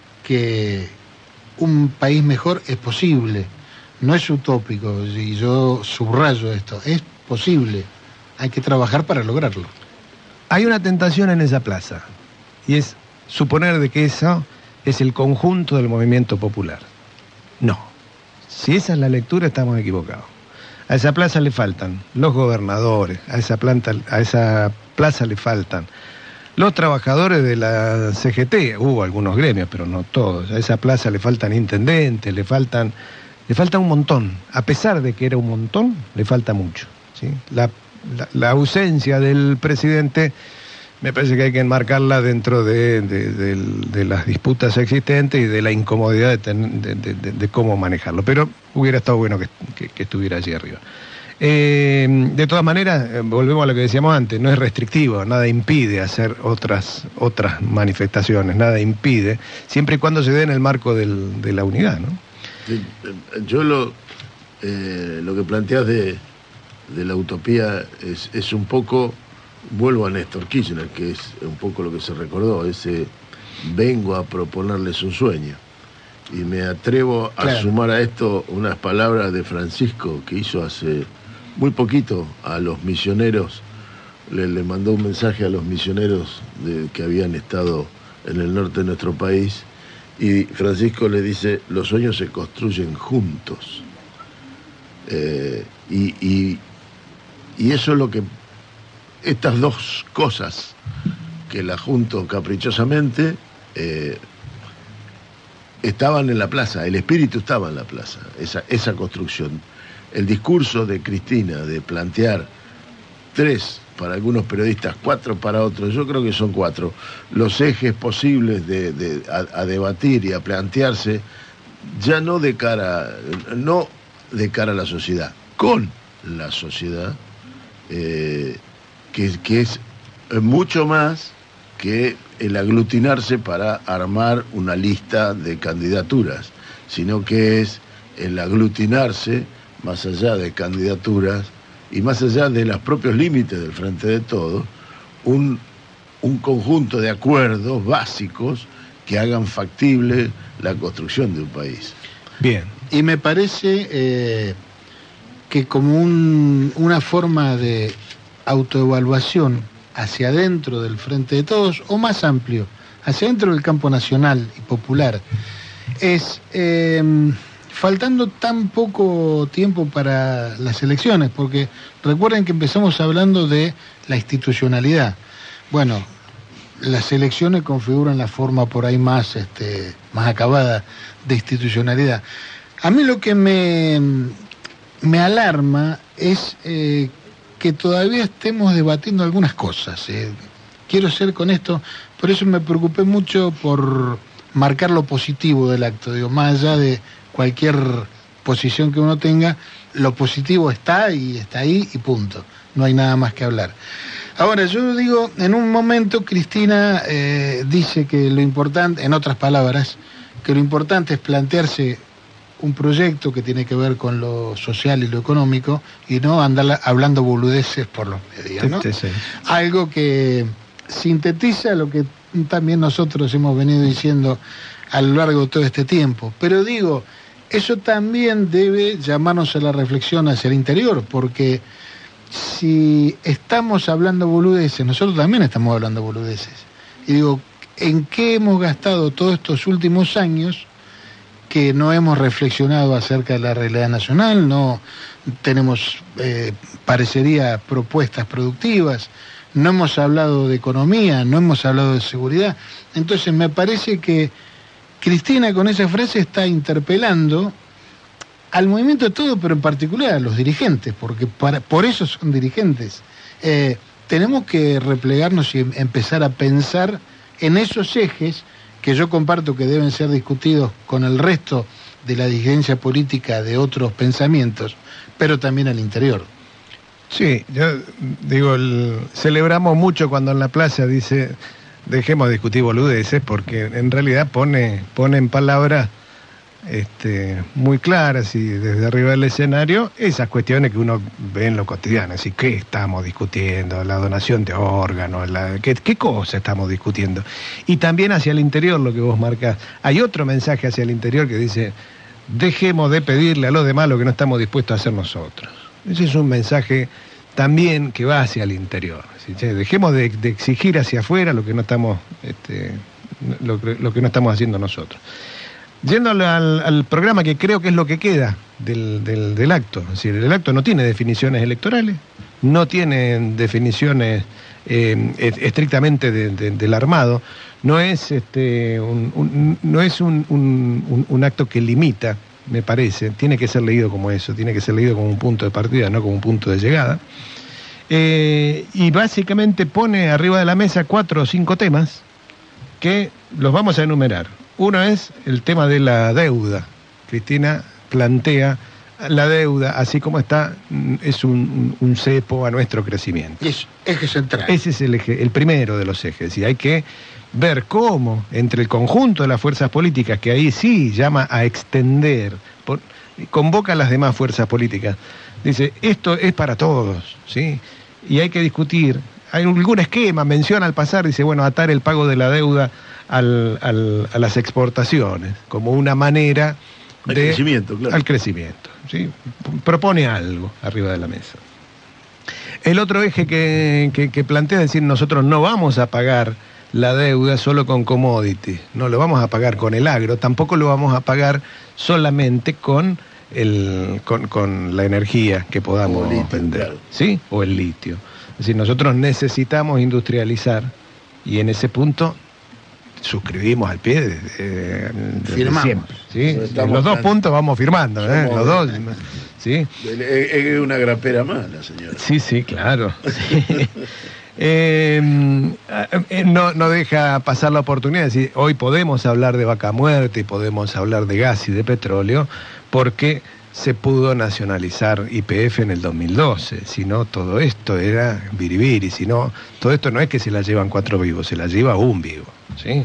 que un país mejor es posible, no es utópico, y yo subrayo esto, es posible hay que trabajar para lograrlo. Hay una tentación en esa plaza, y es suponer de que eso es el conjunto del movimiento popular. No. Si esa es la lectura, estamos equivocados. A esa plaza le faltan los gobernadores, a esa, planta, a esa plaza le faltan los trabajadores de la C G T, hubo algunos gremios, pero no todos. A esa plaza le faltan intendentes, le faltan, le falta un montón. A pesar de que era un montón, le falta mucho, ¿sí? La, la, la ausencia del presidente me parece que hay que enmarcarla dentro de, de, de, de las disputas existentes y de la incomodidad de, ten, de, de, de, de cómo manejarlo. Pero hubiera estado bueno que, que, que estuviera allí arriba. Eh, de todas maneras, eh, volvemos a lo que decíamos antes, no es restrictivo, nada impide hacer otras, otras manifestaciones, nada impide, siempre y cuando se dé en el marco del, de la unidad, ¿no? Sí, yo lo, eh, lo que planteas de, de la utopía es, es un poco... Vuelvo a Néstor Kirchner, que es un poco lo que se recordó, ese vengo a proponerles un sueño. Y me atrevo a claro. sumar a esto unas palabras de Francisco, que hizo hace muy poquito a los misioneros, le, le mandó un mensaje a los misioneros de, que habían estado en el norte de nuestro país, y Francisco le dice, los sueños se construyen juntos. Eh, y, y, y eso es lo que... Estas dos cosas que la junto caprichosamente eh, estaban en la plaza, el espíritu estaba en la plaza, esa, esa construcción. El discurso de Cristina de plantear tres para algunos periodistas, cuatro para otros, yo creo que son cuatro, los ejes posibles de, de, a, a debatir y a plantearse, ya no de cara, no de cara a la sociedad, con la sociedad, eh, Que, que es mucho más que el aglutinarse para armar una lista de candidaturas, sino que es el aglutinarse más allá de candidaturas y más allá de los propios límites del Frente de Todos, un, un conjunto de acuerdos básicos que hagan factible la construcción de un país. Bien. Y me parece eh, que como un, una forma de autoevaluación hacia adentro del Frente de Todos, o más amplio, hacia adentro del campo nacional y popular, es, eh, faltando tan poco tiempo para las elecciones, porque recuerden que empezamos hablando de la institucionalidad. Bueno, las elecciones configuran la forma por ahí más, este, más acabada de institucionalidad. A mí lo que me, me alarma es... Eh, que todavía estemos debatiendo algunas cosas. Eh. Quiero ser con esto, por eso me preocupé mucho por marcar lo positivo del acto. Digo, más allá de cualquier posición que uno tenga, lo positivo está y está ahí y punto. No hay nada más que hablar. Ahora, yo digo, en un momento Cristina eh, dice que lo importante, en otras palabras, que lo importante es plantearse un proyecto que tiene que ver con lo social y lo económico y no andar hablando boludeces por los medios, ¿no? Sí, sí. Algo que sintetiza lo que también nosotros hemos venido diciendo a lo largo de todo este tiempo. Pero digo, eso también debe llamarnos a la reflexión hacia el interior, porque si estamos hablando boludeces, nosotros también estamos hablando boludeces. Y digo, ¿en qué hemos gastado todos estos últimos años que no hemos reflexionado acerca de la realidad nacional? No tenemos, eh, parecería, propuestas productivas, no hemos hablado de economía, no hemos hablado de seguridad. Entonces me parece que Cristina con esa frase está interpelando al movimiento de todo, pero en particular a los dirigentes, porque para, por eso son dirigentes. Eh, tenemos que replegarnos y empezar a pensar en esos ejes que yo comparto que deben ser discutidos con el resto de la dirigencia política de otros pensamientos, pero también al interior. Sí, yo digo, el, celebramos mucho cuando en la plaza dice, dejemos de discutir boludeces, porque en realidad pone, pone en palabras este, muy claras y desde arriba del escenario esas cuestiones que uno ve en lo cotidiano. Así, ¿qué estamos discutiendo? La donación de órganos, la, ¿qué, qué cosa estamos discutiendo? Y también hacia el interior, lo que vos marcás. Hay otro mensaje hacia el interior que dice, dejemos de pedirle a los demás lo que no estamos dispuestos a hacer nosotros. Ese es un mensaje también que va hacia el interior. ¿Sí? Che, dejemos de, de exigir hacia afuera lo que no estamos, este, lo, lo que no estamos haciendo nosotros. Yendo al, al programa, que creo que es lo que queda del, del, del acto. Es decir, el acto no tiene definiciones electorales, no tiene definiciones eh, estrictamente de, de, del armado, no es, este, un, un, no es un, un, un acto que limita, me parece, tiene que ser leído como eso, tiene que ser leído como un punto de partida, no como un punto de llegada. Eh, y básicamente pone arriba de la mesa cuatro o cinco temas que los vamos a enumerar. Uno es el tema de la deuda. Cristina plantea la deuda, así como está, es un, un cepo a nuestro crecimiento. Y es eje central. Ese es el eje, el primero de los ejes. Y hay que ver cómo, entre el conjunto de las fuerzas políticas, que ahí sí llama a extender, por, convoca a las demás fuerzas políticas, dice, esto es para todos, ¿sí? Y hay que discutir. Hay algún esquema, menciona al pasar, dice, bueno, atar el pago de la deuda al, al, a las exportaciones, como una manera al de... crecimiento, claro. Al crecimiento, ¿sí? Propone algo arriba de la mesa. El otro eje que, que, que plantea es decir, nosotros no vamos a pagar la deuda solo con commodity, no lo vamos a pagar con el agro, tampoco lo vamos a pagar solamente con, el, con, con la energía que podamos litio, vender, claro. ¿sí? O el litio. Es decir, nosotros necesitamos industrializar y en ese punto suscribimos al pie de, de, de siempre. ¿Sí? En los dos puntos vamos firmando, ¿eh? Los dos. ¿Sí? Es una grapera más la señora. Sí, sí, claro. Sí. Eh, no, no deja pasar la oportunidad de decir, hoy podemos hablar de vaca muerta y podemos hablar de gas y de petróleo, porque se pudo nacionalizar Y P F en el dos mil doce, si no todo esto era biribiri, si no, todo esto no es que se la llevan cuatro vivos, se la lleva un vivo, ¿sí?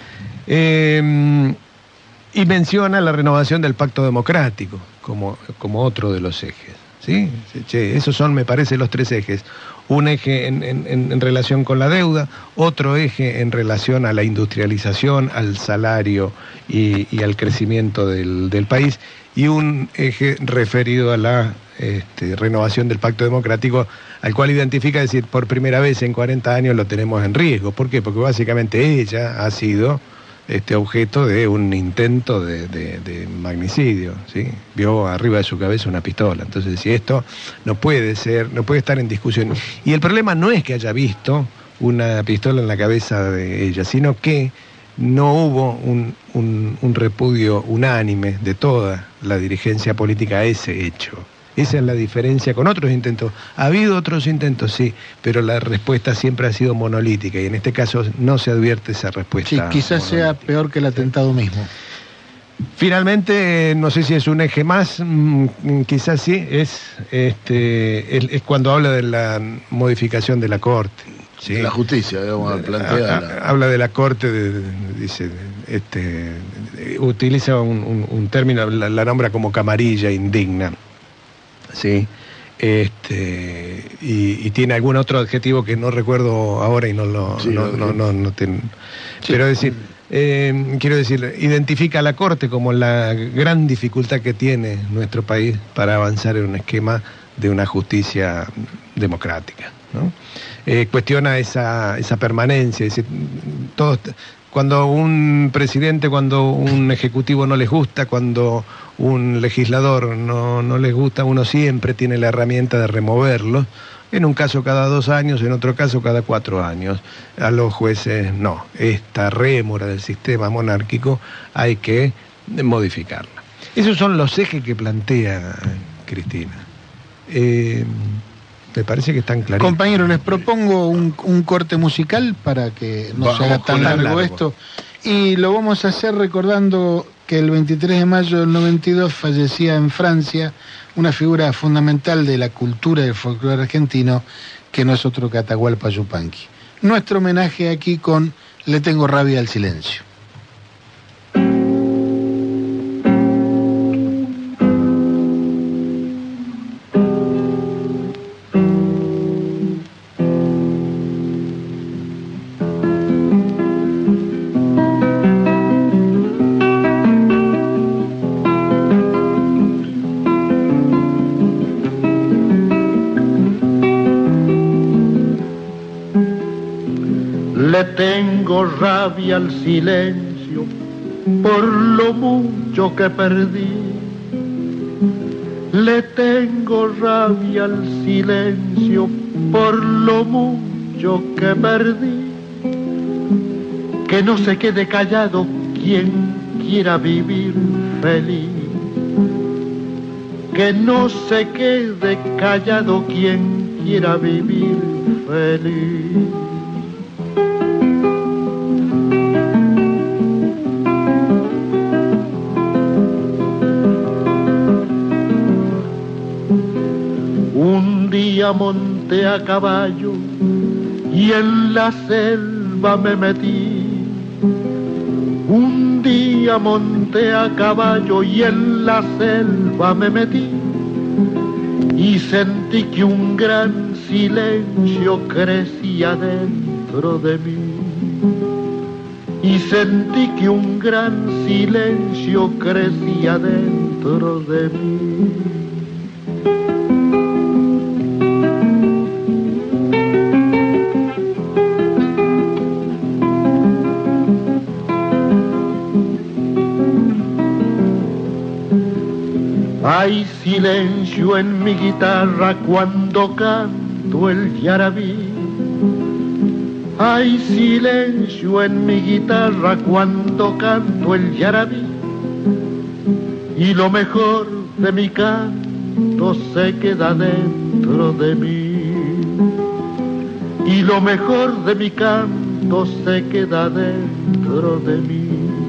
Eh, y menciona la renovación del pacto democrático como, como otro de los ejes, ¿sí? Che, esos son, me parece, los tres ejes. Un eje en, en, en relación con la deuda, otro eje en relación a la industrialización, al salario y, y al crecimiento del, del país, y un eje referido a la este, renovación del Pacto Democrático, al cual identifica, es decir, por primera vez en cuarenta años lo tenemos en riesgo. ¿Por qué? Porque básicamente ella ha sido este, objeto de un intento de, de, de magnicidio, ¿sí? Vio arriba de su cabeza una pistola. Entonces, si esto no puede ser, no puede estar en discusión. Y el problema no es que haya visto una pistola en la cabeza de ella, sino que no hubo un, un, un repudio unánime de toda la dirigencia política a ese hecho. Esa es la diferencia con otros intentos. Ha habido otros intentos, sí, pero la respuesta siempre ha sido monolítica y en este caso no se advierte esa respuesta. Sí, quizás monolítica. Sea peor que el atentado mismo. Finalmente, no sé si es un eje más, mmm, quizás sí, es, este, es, es cuando habla de la modificación de la Corte. ¿Sí? De la justicia, digamos, planteada. Habla de la Corte, de, de, dice, este, utiliza un, un, un término, la, la nombra como camarilla indigna, ¿sí? Este, y, y tiene algún otro adjetivo que no recuerdo ahora y no lo... Sí, no, no, no, no, no ten, sí. Pero decir, eh, quiero decir, identifica a la Corte como la gran dificultad que tiene nuestro país para avanzar en un esquema de una justicia democrática, ¿no? Eh, cuestiona esa, esa permanencia, dice, todos, cuando un presidente, cuando un ejecutivo no les gusta, cuando un legislador no, no les gusta, uno siempre tiene la herramienta de removerlo, en un caso cada dos años, en otro caso cada cuatro años. A los jueces no, esta rémora del sistema monárquico hay que modificarla. Esos son los ejes que plantea Cristina. Eh, Me parece que están claros. Compañeros, les propongo un, un corte musical para que no vamos se haga tan largo, largo esto. Y lo vamos a hacer recordando que el veintitrés de mayo del noventa y dos fallecía en Francia una figura fundamental de la cultura y del folclore argentino, que no es otro que Atahualpa Yupanqui. Nuestro homenaje aquí con Le tengo rabia al silencio. Le tengo rabia al silencio por lo mucho que perdí. Le tengo rabia al silencio por lo mucho que perdí. Que no se quede callado quien quiera vivir feliz. Que no se quede callado quien quiera vivir feliz. Un día monté a caballo y en la selva me metí. Un día monté a caballo y en la selva me metí. Y sentí que un gran silencio crecía dentro de mí. Y sentí que un gran silencio crecía dentro de mí. Hay silencio en mi guitarra cuando canto el yarabí. Hay silencio en mi guitarra cuando canto el yarabí. Y lo mejor de mi canto se queda dentro de mí. Y lo mejor de mi canto se queda dentro de mí.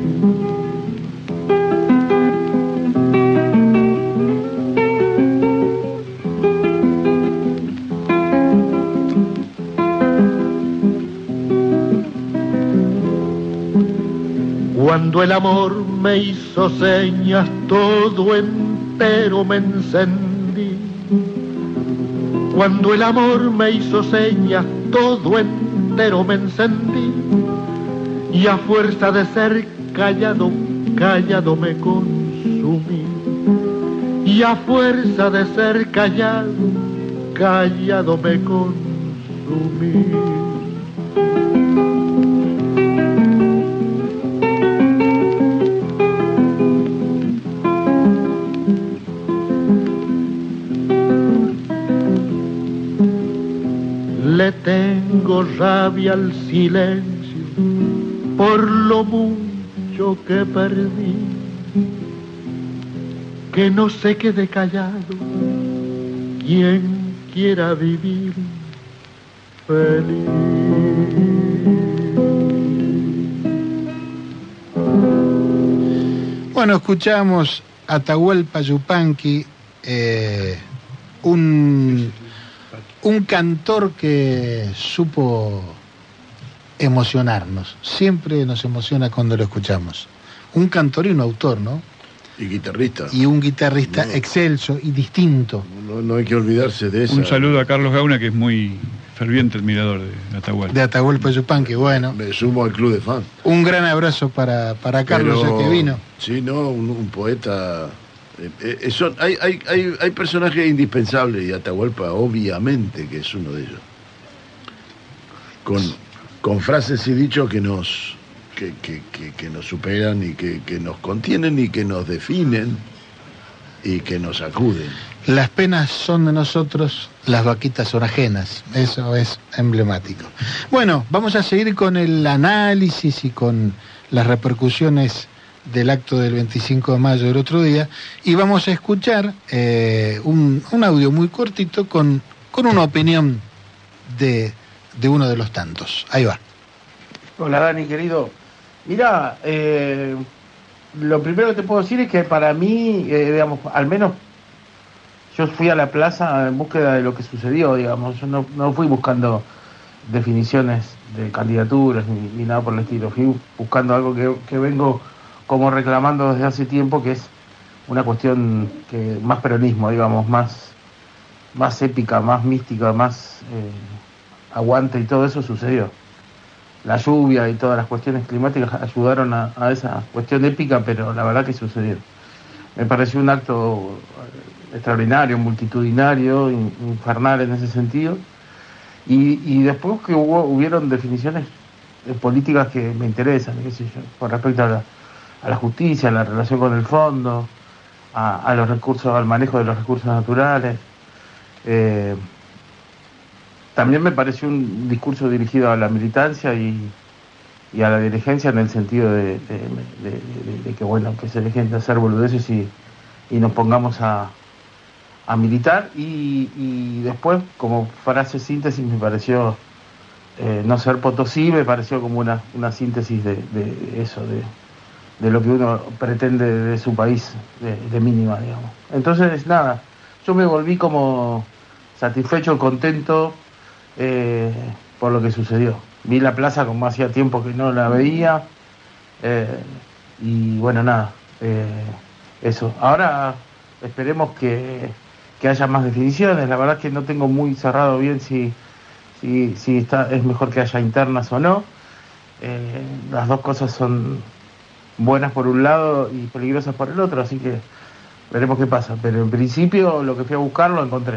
Cuando el amor me hizo señas, todo entero me encendí. Cuando el amor me hizo señas, todo entero me encendí. Y a fuerza de ser callado, callado me consumí. Y a fuerza de ser callado, callado me consumí. Le tengo rabia al silencio por lo mucho que perdí. Que no se quede callado quien quiera vivir feliz. Bueno, escuchamos a Atahualpa Yupanqui, eh, un... un cantor que supo emocionarnos. Siempre nos emociona cuando lo escuchamos. Un cantor y un autor, ¿no? Y guitarrista. Y un guitarrista no, excelso y distinto. No, no hay que olvidarse de eso. Un saludo a Carlos Gauna, que es muy ferviente admirador de Atahualpa. De Atahualpa Yupanqui, bueno. Me sumo al club de fans. Un gran abrazo para, para Carlos, Pero, ya que vino. Sí, no, un, un poeta... Eh, eh, son, hay, hay, hay, hay personajes indispensables y Atahualpa obviamente que es uno de ellos. Con, con frases y dichos que nos, que, que, que, que nos superan y que, que nos contienen y que nos definen y que nos sacuden. Las penas son de nosotros, las vaquitas son ajenas. Eso es emblemático. Bueno, vamos a seguir con el análisis y con las repercusiones del acto del veinticinco de mayo del otro día, y vamos a escuchar eh, un, un audio muy cortito con, con una opinión de, de uno de los tantos. Ahí va. Hola Dani, querido. Mira, eh, lo primero que te puedo decir es que para mí, eh, digamos, al menos yo fui a la plaza en búsqueda de lo que sucedió, digamos, yo no, no fui buscando definiciones de candidaturas ni, ni nada por el estilo, fui buscando algo que, que vengo como reclamando desde hace tiempo, que es una cuestión que más peronismo, digamos, más, más épica, más mística, más eh, aguante, y todo eso sucedió. La lluvia y todas las cuestiones climáticas ayudaron a, a esa cuestión épica, pero la verdad que sucedió. Me pareció un acto extraordinario, multitudinario, infernal en ese sentido, y, y después que hubo, hubieron definiciones de políticas que me interesan, qué sé yo, con respecto a la, a la justicia, a la relación con el fondo, a, a los recursos, al manejo de los recursos naturales. Eh, también me pareció un discurso dirigido a la militancia y, y a la dirigencia, en el sentido de, de, de, de, de que, bueno, que se dejen de hacer boludeces y, y nos pongamos a, a militar. Y, y después, como frase síntesis, me pareció eh, no ser Potosí, me pareció como una, una síntesis de, de eso, de, de lo que uno pretende de su país, de, de mínima, digamos. Entonces, nada, yo me volví como satisfecho, contento eh, por lo que sucedió. Vi la plaza como hacía tiempo que no la veía, eh, y bueno, nada, eh, eso. Ahora esperemos que, que haya más definiciones. La verdad es que no tengo muy cerrado bien si, si, si está, es mejor que haya internas o no. Eh, las dos cosas son buenas por un lado y peligrosas por el otro, así que veremos qué pasa. Pero en principio lo que fui a buscar lo encontré.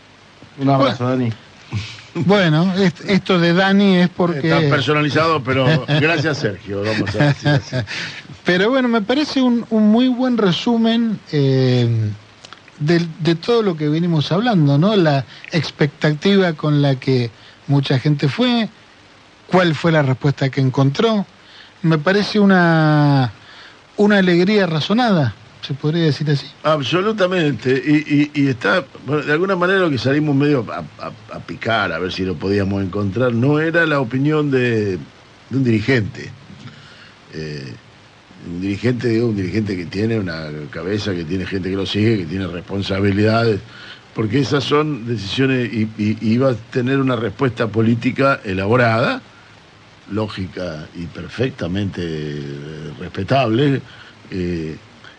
Un abrazo, bueno, Dani. Bueno, esto de Dani es porque... Está personalizado, pero gracias, Sergio. Vamos a decir así. Pero bueno, me parece un, un muy buen resumen eh, de, de todo lo que venimos hablando, ¿no? La expectativa con la que mucha gente fue, cuál fue la respuesta que encontró. Me parece una, una alegría razonada, se podría decir así. Absolutamente, y, y, y está, bueno, de alguna manera lo que salimos medio a, a, a picar, a ver si lo podíamos encontrar, no era la opinión de, de un dirigente. Eh, un dirigente, digo, un dirigente que tiene una cabeza, que tiene gente que lo sigue, que tiene responsabilidades, porque esas son decisiones, y, y, y iba a tener una respuesta política elaborada, lógica y perfectamente respetable, eh,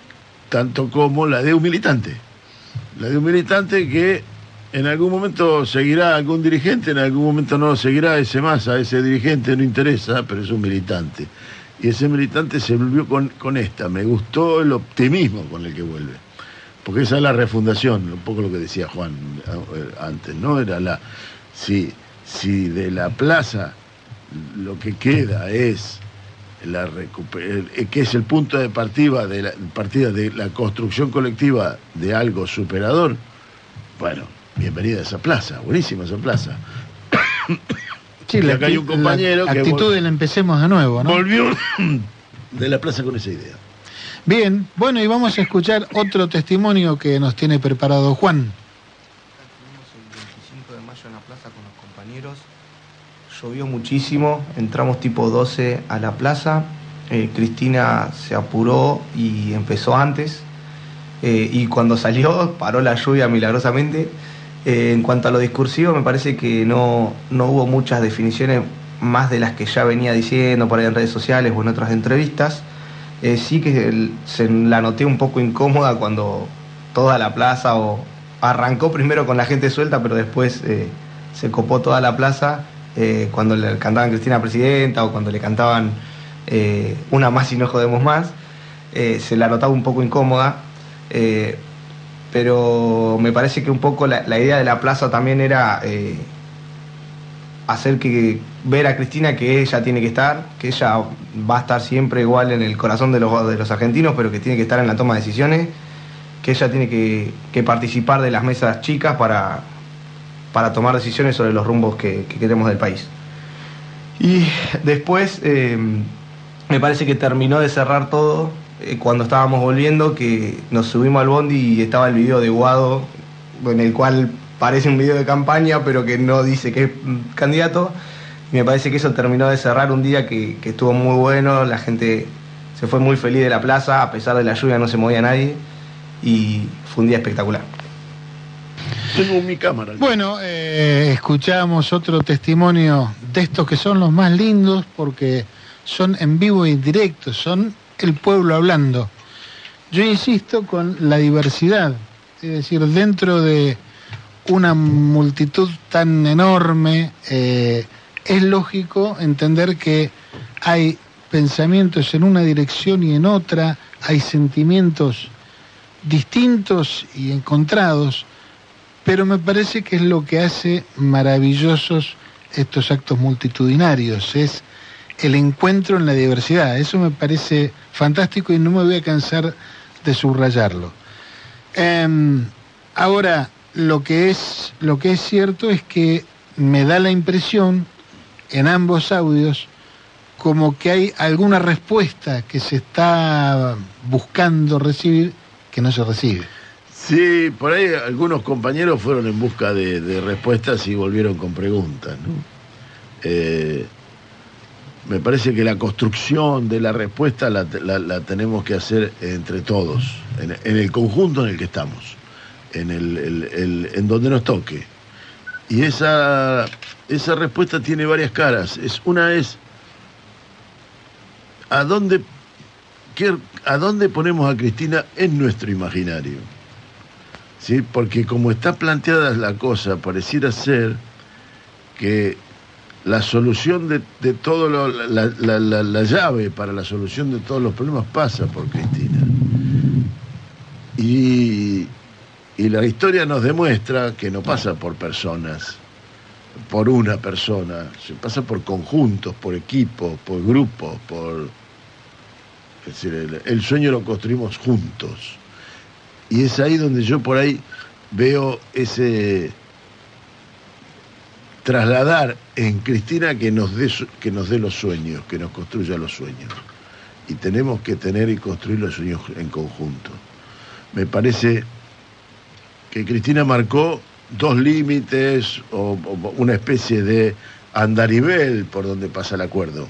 tanto como la de un militante. La de un militante que en algún momento seguirá algún dirigente, en algún momento no seguirá ese más, a ese dirigente no interesa, pero es un militante. Y ese militante se volvió con, con esta. Me gustó el optimismo con el que vuelve. Porque esa es la refundación, un poco lo que decía Juan antes, ¿no? Era la... Si, si de la plaza lo que queda es la recuper... que es el punto de partida de la partida de la construcción colectiva de algo superador, bueno, bienvenida a esa plaza, buenísima esa plaza. Sí, la, acá hay un compañero la que actitud del empecemos de nuevo, ¿no? Volvió de la plaza con esa idea. Bien, bueno, y vamos a escuchar otro testimonio que nos tiene preparado Juan. Estuvimos el veinticinco de mayo en la plaza con los compañeros. Llovió muchísimo, entramos tipo doce a la plaza. Eh, Cristina se apuró y empezó antes. Eh, y cuando salió, paró la lluvia milagrosamente. Eh, en cuanto a lo discursivo, me parece que no, no hubo muchas definiciones más de las que ya venía diciendo por ahí en redes sociales o en otras entrevistas. Eh, sí que el, se la noté un poco incómoda cuando toda la plaza o arrancó primero con la gente suelta, pero después eh, se copó toda la plaza eh, cuando le cantaban Cristina Presidenta o cuando le cantaban eh, Una más y no jodemos más. Eh, se la notaba un poco incómoda. Eh, pero me parece que un poco la, la idea de la plaza también era eh, hacer que ver a Cristina que ella tiene que estar, que ella va a estar siempre igual en el corazón de los, de los argentinos, pero que tiene que estar en la toma de decisiones, que ella tiene que, que participar de las mesas chicas para, para tomar decisiones sobre los rumbos que, que queremos del país. Y después eh, me parece que terminó de cerrar todo cuando estábamos volviendo, que nos subimos al bondi y estaba el video de Guado, en el cual parece un video de campaña, pero que no dice que es candidato. Y me parece que eso terminó de cerrar un día que, que estuvo muy bueno, la gente se fue muy feliz de la plaza, a pesar de la lluvia no se movía nadie, y fue un día espectacular. Tengo mi cámara. Bueno, eh, escuchamos otro testimonio de estos que son los más lindos, porque son en vivo y en directo, son el pueblo hablando. Yo insisto con la diversidad, es decir, dentro de una multitud tan enorme, eh, es lógico entender que hay pensamientos en una dirección y en otra, hay sentimientos distintos y encontrados, pero me parece que es lo que hace maravillosos estos actos multitudinarios, es el encuentro en la diversidad. Eso me parece fantástico y no me voy a cansar de subrayarlo. Eh, ahora, lo que es, lo que es cierto es que me da la impresión en ambos audios como que hay alguna respuesta que se está buscando recibir que no se recibe. Sí, por ahí algunos compañeros fueron en busca de, de respuestas y volvieron con preguntas, ¿no? Eh, me parece que la construcción de la respuesta la, la, la tenemos que hacer entre todos, en, en el conjunto en el que estamos, en, el, el, el, en donde nos toque. Y esa, esa respuesta tiene varias caras. Es, una es, ¿a dónde, qué, ¿a dónde ponemos a Cristina en nuestro imaginario? ¿Sí? Porque como está planteada la cosa, pareciera ser que la solución de, de todo lo, la, la, la, la llave para la solución de todos los problemas pasa por Cristina. Y, y la historia nos demuestra que no pasa por personas, por una persona, se pasa por conjuntos, por equipos, por grupos, por... Es decir, el, el sueño lo construimos juntos. Y es ahí donde yo por ahí veo ese trasladar en Cristina que nos dé, que nos dé los sueños, que nos construya los sueños. Y tenemos que tener y construir los sueños en conjunto. Me parece que Cristina marcó dos límites o, o una especie de andarivel por donde pasa el acuerdo.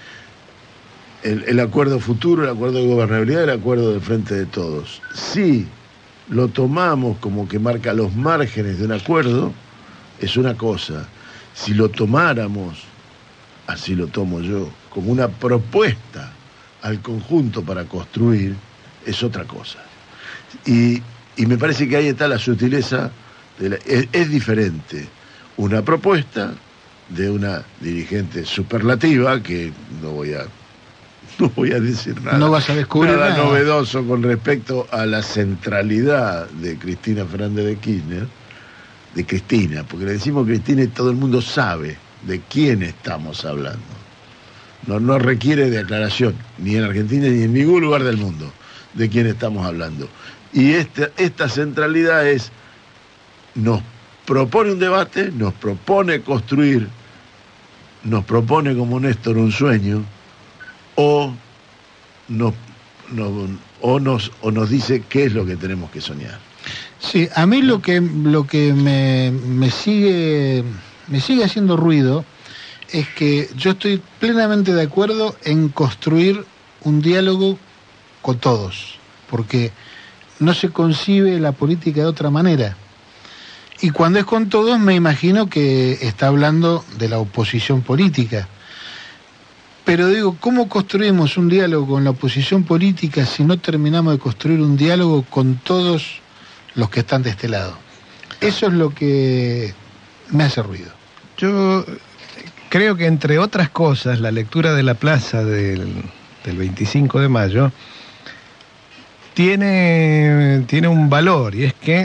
El, el acuerdo futuro, el acuerdo de gobernabilidad, el acuerdo del Frente de Todos. Sí. Lo tomamos como que marca los márgenes de un acuerdo, es una cosa. Si lo tomáramos, así lo tomo yo, como una propuesta al conjunto para construir, es otra cosa. Y, y me parece que ahí está la sutileza, de la, es, es diferente una propuesta de una dirigente superlativa, que no voy a... No voy a decir nada. No vas a descubrir nada, nada novedoso con respecto a la centralidad de Cristina Fernández de Kirchner, de Cristina, porque le decimos Cristina y todo el mundo sabe de quién estamos hablando. No, no requiere de aclaración, ni en Argentina ni en ningún lugar del mundo, de quién estamos hablando. Y esta, esta centralidad es, nos propone un debate, nos propone construir, nos propone como Néstor un sueño, o nos, no, o, nos, o nos dice qué es lo que tenemos que soñar. Sí, a mí lo que, lo que me, me, sigue, me sigue haciendo ruido es que yo estoy plenamente de acuerdo en construir un diálogo con todos, porque no se concibe la política de otra manera. Y cuando es con todos, me imagino que está hablando de la oposición política. Pero digo, ¿cómo construimos un diálogo con la oposición política si no terminamos de construir un diálogo con todos los que están de este lado? Eso es lo que me hace ruido. Yo creo que, entre otras cosas, la lectura de la plaza del, del veinticinco de mayo tiene, tiene un valor, y es que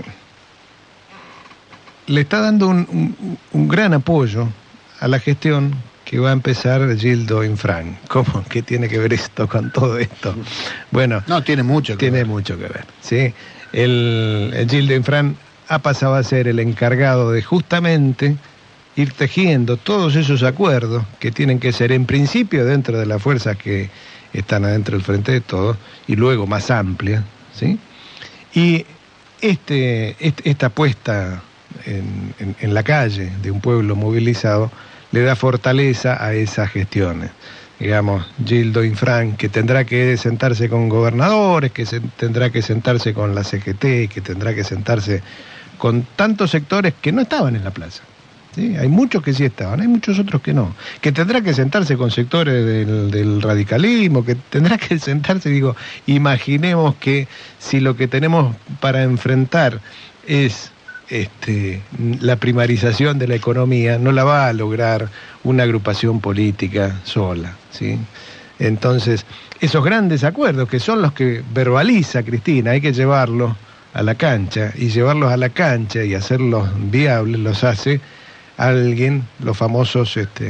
le está dando un, un, un gran apoyo a la gestión que va a empezar Gildo Infran. ¿Cómo? ¿Qué tiene que ver esto con todo esto? Bueno, no, tiene mucho que tiene ver. mucho que ver, ¿sí? El, el Gildo Infran ha pasado a ser el encargado de justamente ir tejiendo todos esos acuerdos que tienen que ser, en principio, dentro de las fuerzas que están adentro del Frente de Todos, y luego más amplias, ¿sí? Y este, este, esta puesta en, en, en la calle de un pueblo movilizado le da fortaleza a esas gestiones. Digamos, Gildo Infran, que tendrá que sentarse con gobernadores, que se, tendrá que sentarse con la C G T, que tendrá que sentarse con tantos sectores que no estaban en la plaza. ¿Sí? Hay muchos que sí estaban, hay muchos otros que no. Que tendrá que sentarse con sectores del, del radicalismo, que tendrá que sentarse, digo, imaginemos que si lo que tenemos para enfrentar es Este, la primarización de la economía, no la va a lograr una agrupación política sola, ¿sí? Entonces, esos grandes acuerdos, que son los que verbaliza Cristina, hay que llevarlos a la cancha, y llevarlos a la cancha y hacerlos viables los hace alguien, los famosos este,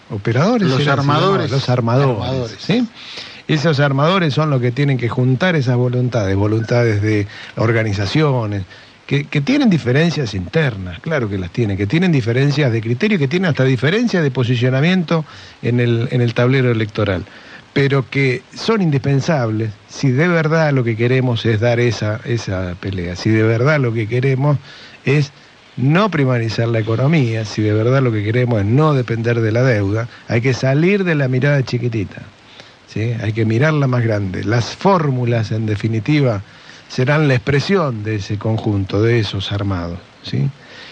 operadores. Los armadores. Los armadores, armadores. ¿Sí? Esos armadores son los que tienen que juntar esas voluntades, voluntades de organizaciones, que, que tienen diferencias internas, claro que las tienen, que tienen diferencias de criterio, que tienen hasta diferencias de posicionamiento en el, en el tablero electoral, pero que son indispensables si de verdad lo que queremos es dar esa, esa pelea, si de verdad lo que queremos es no primarizar la economía, si de verdad lo que queremos es no depender de la deuda, hay que salir de la mirada chiquitita. ¿Sí? Hay que mirarla más grande. Las fórmulas, en definitiva, serán la expresión de ese conjunto, de esos armados. ¿Sí?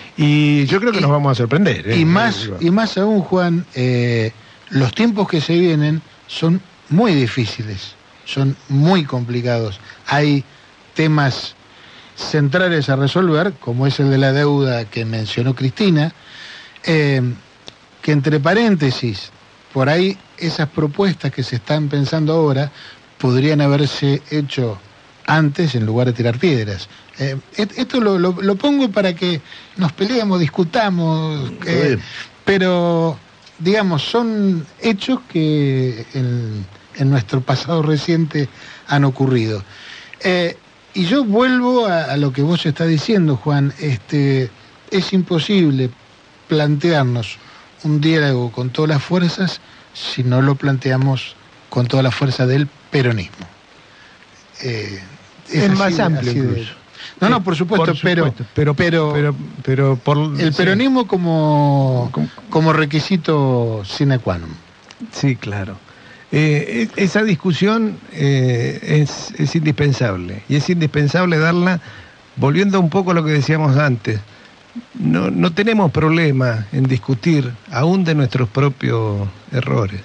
Y yo creo que y, nos vamos a sorprender. ¿eh? Y, más, y más aún, Juan, eh, los tiempos que se vienen son muy difíciles, son muy complicados. Hay temas centrales a resolver, como es el de la deuda que mencionó Cristina, eh, que entre paréntesis, por ahí esas propuestas que se están pensando ahora podrían haberse hecho antes en lugar de tirar piedras. Eh, esto lo, lo, lo pongo para que nos peleemos, discutamos, eh, pero digamos, son hechos que en, en nuestro pasado reciente han ocurrido. Eh, y yo vuelvo a, a lo que vos estás diciendo, Juan. Este, es imposible plantearnos un diálogo con todas las fuerzas si no lo planteamos con toda la fuerza del peronismo. Eh, es, es más amplio incluso. De... No, no, por supuesto, por supuesto pero, pero, pero, pero, pero por, el peronismo sí. como, como requisito sine qua non. Sí, claro. Eh, esa discusión eh, es, es indispensable, y es indispensable darla, volviendo un poco a lo que decíamos antes. No, no tenemos problema en discutir aún de nuestros propios errores,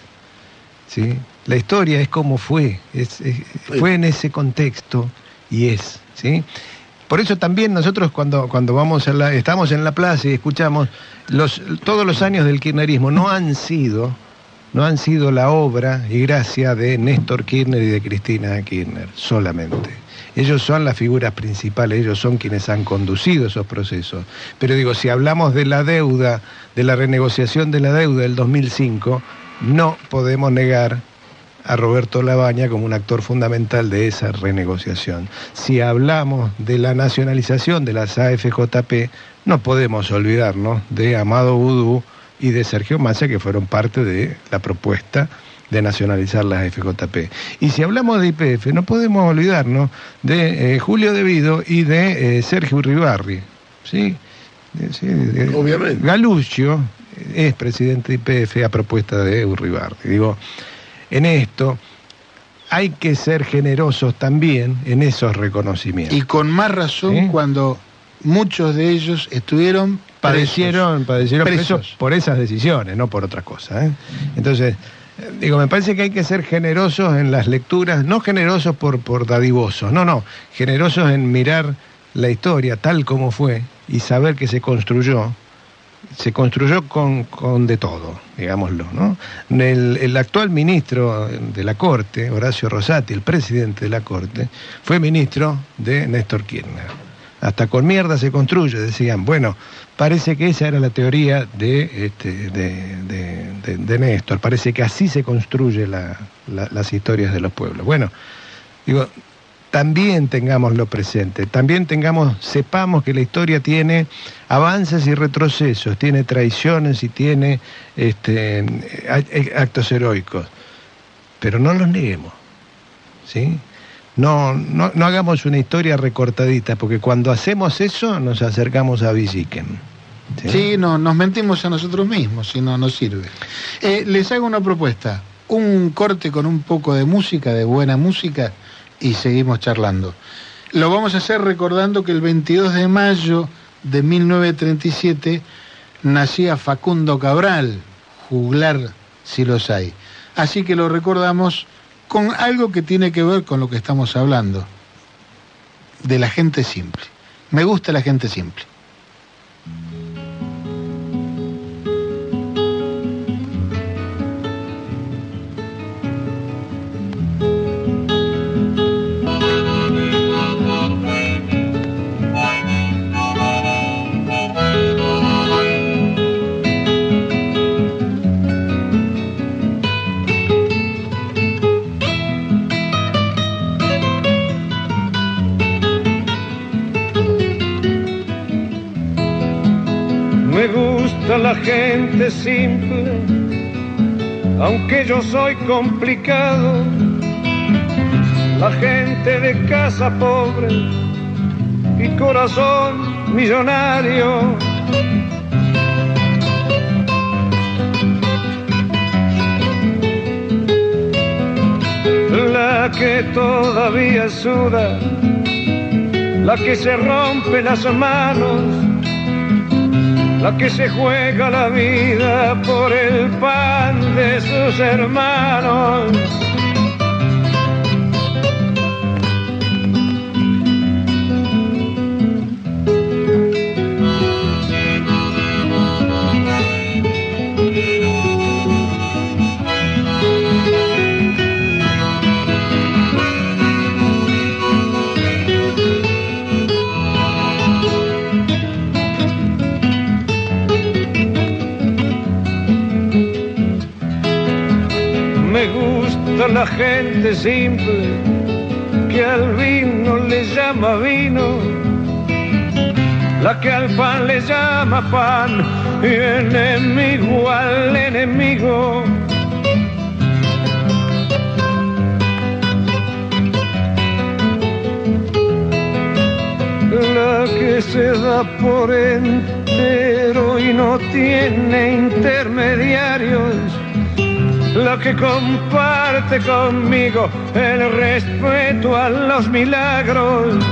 ¿sí? La historia es como fue, es, es, fue en ese contexto y es, ¿sí? Por eso también nosotros cuando, cuando vamos a la, estamos en la plaza y escuchamos los, todos los años del kirchnerismo no han sido, no han sido la obra y gracia de Néstor Kirchner y de Cristina Kirchner solamente. Ellos son las figuras principales, ellos son quienes han conducido esos procesos. Pero digo, si hablamos de la deuda, de la renegociación de la deuda del dos mil cinco, no podemos negar a Roberto Labaña como un actor fundamental de esa renegociación. Si hablamos de la nacionalización de las A F J P, no podemos olvidarnos de Amado Boudou y de Sergio Massa, que fueron parte de la propuesta de nacionalizar las F J P. Y si hablamos de Y P F, no podemos olvidarnos de eh, Julio De Vido y de eh, Sergio Uribarri, ¿sí? De, sí de, Obviamente. Galuccio es presidente de Y P F a propuesta de Uribarri. Digo, en esto hay que ser generosos también en esos reconocimientos. Y con más razón ¿Eh? cuando muchos de ellos estuvieron padecieron, padecieron presos. presos por esas decisiones, no por otra cosa. ¿eh? Entonces, digo, me parece que hay que ser generosos en las lecturas, no generosos por, por dadivosos, no, no, generosos en mirar la historia tal como fue y saber que se construyó, se construyó con, con de todo, digámoslo, ¿no? El, el actual ministro de la Corte, Horacio Rosati, el presidente de la Corte, fue ministro de Néstor Kirchner. Hasta con mierda se construye, decían. Bueno, parece que esa era la teoría de, este, de, de, de, de Néstor. Parece que así se construye la, la, las historias de los pueblos. Bueno, digo, también tengámoslo presente, también tengamos, sepamos que la historia tiene avances y retrocesos, tiene traiciones y tiene este, actos heroicos, pero no los neguemos, ¿sí? No, no, no hagamos una historia recortadita, porque cuando hacemos eso nos acercamos a Villiquen. Sí, sí no, nos mentimos a nosotros mismos, si no nos sirve. Eh, les hago una propuesta, un corte con un poco de música, de buena música, y seguimos charlando. Lo vamos a hacer recordando que el veintidós de mayo de mil novecientos treinta y siete nacía Facundo Cabral, juglar si los hay. Así que lo recordamos con algo que tiene que ver con lo que estamos hablando, de la gente simple. Me gusta la gente simple. gente simple, aunque yo soy complicado, la gente de casa pobre y corazón millonario. La que todavía suda, la que se rompe las manos, la que se juega la vida por el pan de sus hermanos. La gente simple que al vino le llama vino, la que al pan le llama pan y enemigo al enemigo. La que se da por entero y no tiene intermediarios, la que comparte conmigo el respeto a los milagros.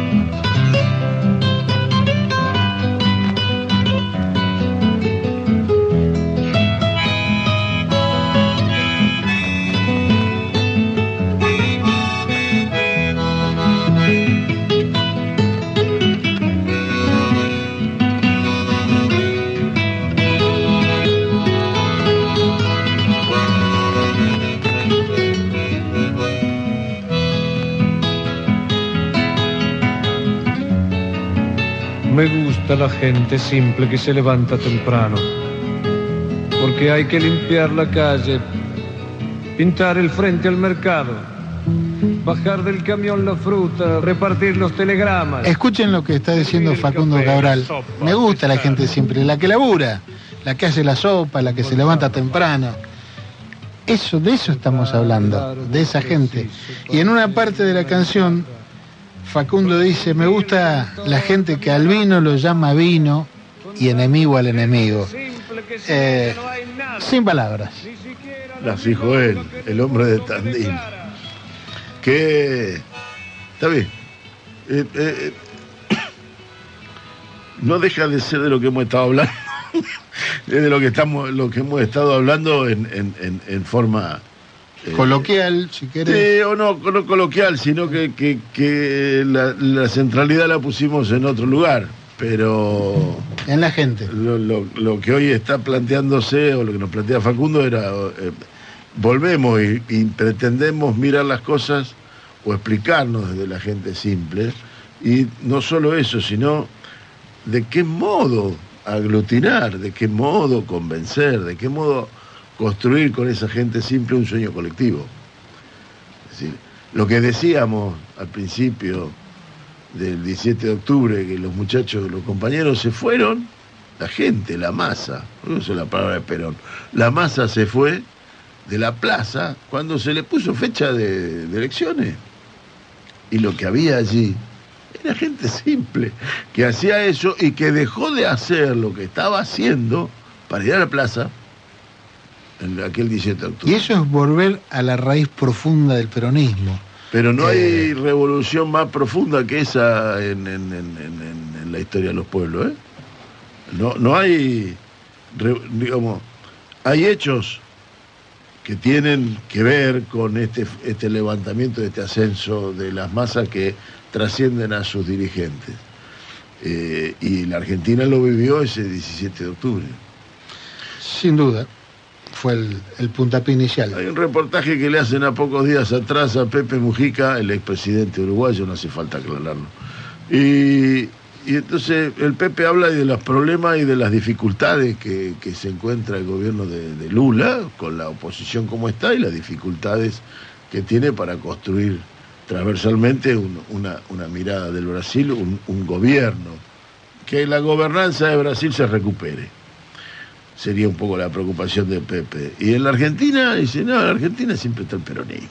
Me gusta la gente simple que se levanta temprano, porque hay que limpiar la calle, pintar el frente al mercado, bajar del camión la fruta, repartir los telegramas. Escuchen lo que está diciendo Facundo Cabral. Me gusta la gente simple, la que labura, la que hace la sopa, la que se levanta temprano. Eso, de eso estamos hablando, de esa gente. Y en una parte de la canción, Facundo dice, me gusta la gente que al vino lo llama vino y enemigo al enemigo. Eh, sin palabras. Las dijo él, el hombre de Tandil. Que está bien. Eh, eh, no deja de ser de lo que hemos estado hablando. Es de lo que estamos, lo que hemos estado hablando en, en, en, en forma eh, coloquial, si querés. Sí, o no, no coloquial, sino que, que, que la, la centralidad la pusimos en otro lugar, pero en la gente. Lo, lo, lo que hoy está planteándose, o lo que nos plantea Facundo, era eh, volvemos y, y pretendemos mirar las cosas o explicarnos desde la gente simple, y no solo eso, sino de qué modo aglutinar, de qué modo convencer, de qué modo construir con esa gente simple un sueño colectivo. Es decir, lo que decíamos al principio del diecisiete de octubre, que los muchachos, los compañeros se fueron, la gente, la masa, no uso la palabra de Perón, la masa se fue de la plaza cuando se le puso fecha de, de elecciones. Y lo que había allí era gente simple, que hacía eso y que dejó de hacer lo que estaba haciendo para ir a la plaza en aquel diecisiete de octubre. Y eso es volver a la raíz profunda del peronismo. Pero no eh... hay revolución más profunda que esa en, en, en, en, en la historia de los pueblos, ¿eh? No, no hay, digamos, hay hechos que tienen que ver con este, este levantamiento, este ascenso de las masas que trascienden a sus dirigentes. Eh, y la Argentina lo vivió ese diecisiete de octubre. Sin duda, fue el, el puntapié inicial. Hay un reportaje que le hacen a pocos días atrás a Pepe Mujica, el expresidente uruguayo, no hace falta aclararlo. Y, y entonces el Pepe habla de los problemas y de las dificultades que, que se encuentra el gobierno de, de Lula, con la oposición como está, y las dificultades que tiene para construir transversalmente un, una, una mirada del Brasil, un, un gobierno, que la gobernanza de Brasil se recupere. sería un poco la preocupación de Pepe. Y en la Argentina, dice, no, en la Argentina siempre está el peronismo.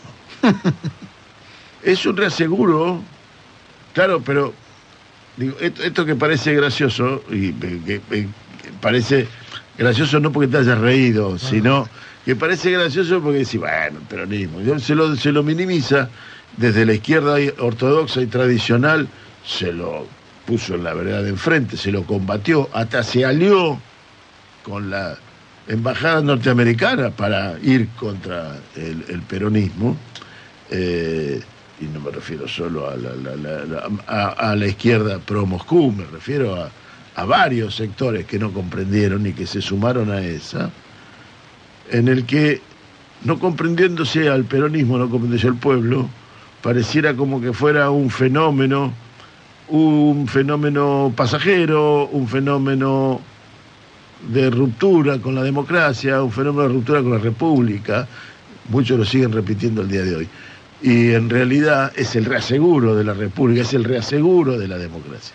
Es un reaseguro, claro, pero digo, esto, esto que parece gracioso, y que, que, que parece gracioso no porque te hayas reído, sino que parece gracioso porque decís, bueno, el peronismo, se lo, se lo minimiza desde la izquierda ortodoxa y tradicional, se lo puso en la vereda de enfrente, se lo combatió, hasta se alió con la embajada norteamericana para ir contra el, el peronismo, eh, y no me refiero solo a la, la, la, la, a, a la izquierda pro-Moscú, me refiero a, a varios sectores que no comprendieron y que se sumaron a esa, en el que, no comprendiéndose al peronismo, no comprendiéndose al pueblo, pareciera como que fuera un fenómeno, un fenómeno pasajero, un fenómeno de ruptura con la democracia, un fenómeno de ruptura con la república. Muchos lo siguen repitiendo el día de hoy. Y en realidad es el reaseguro de la república, es el reaseguro de la democracia.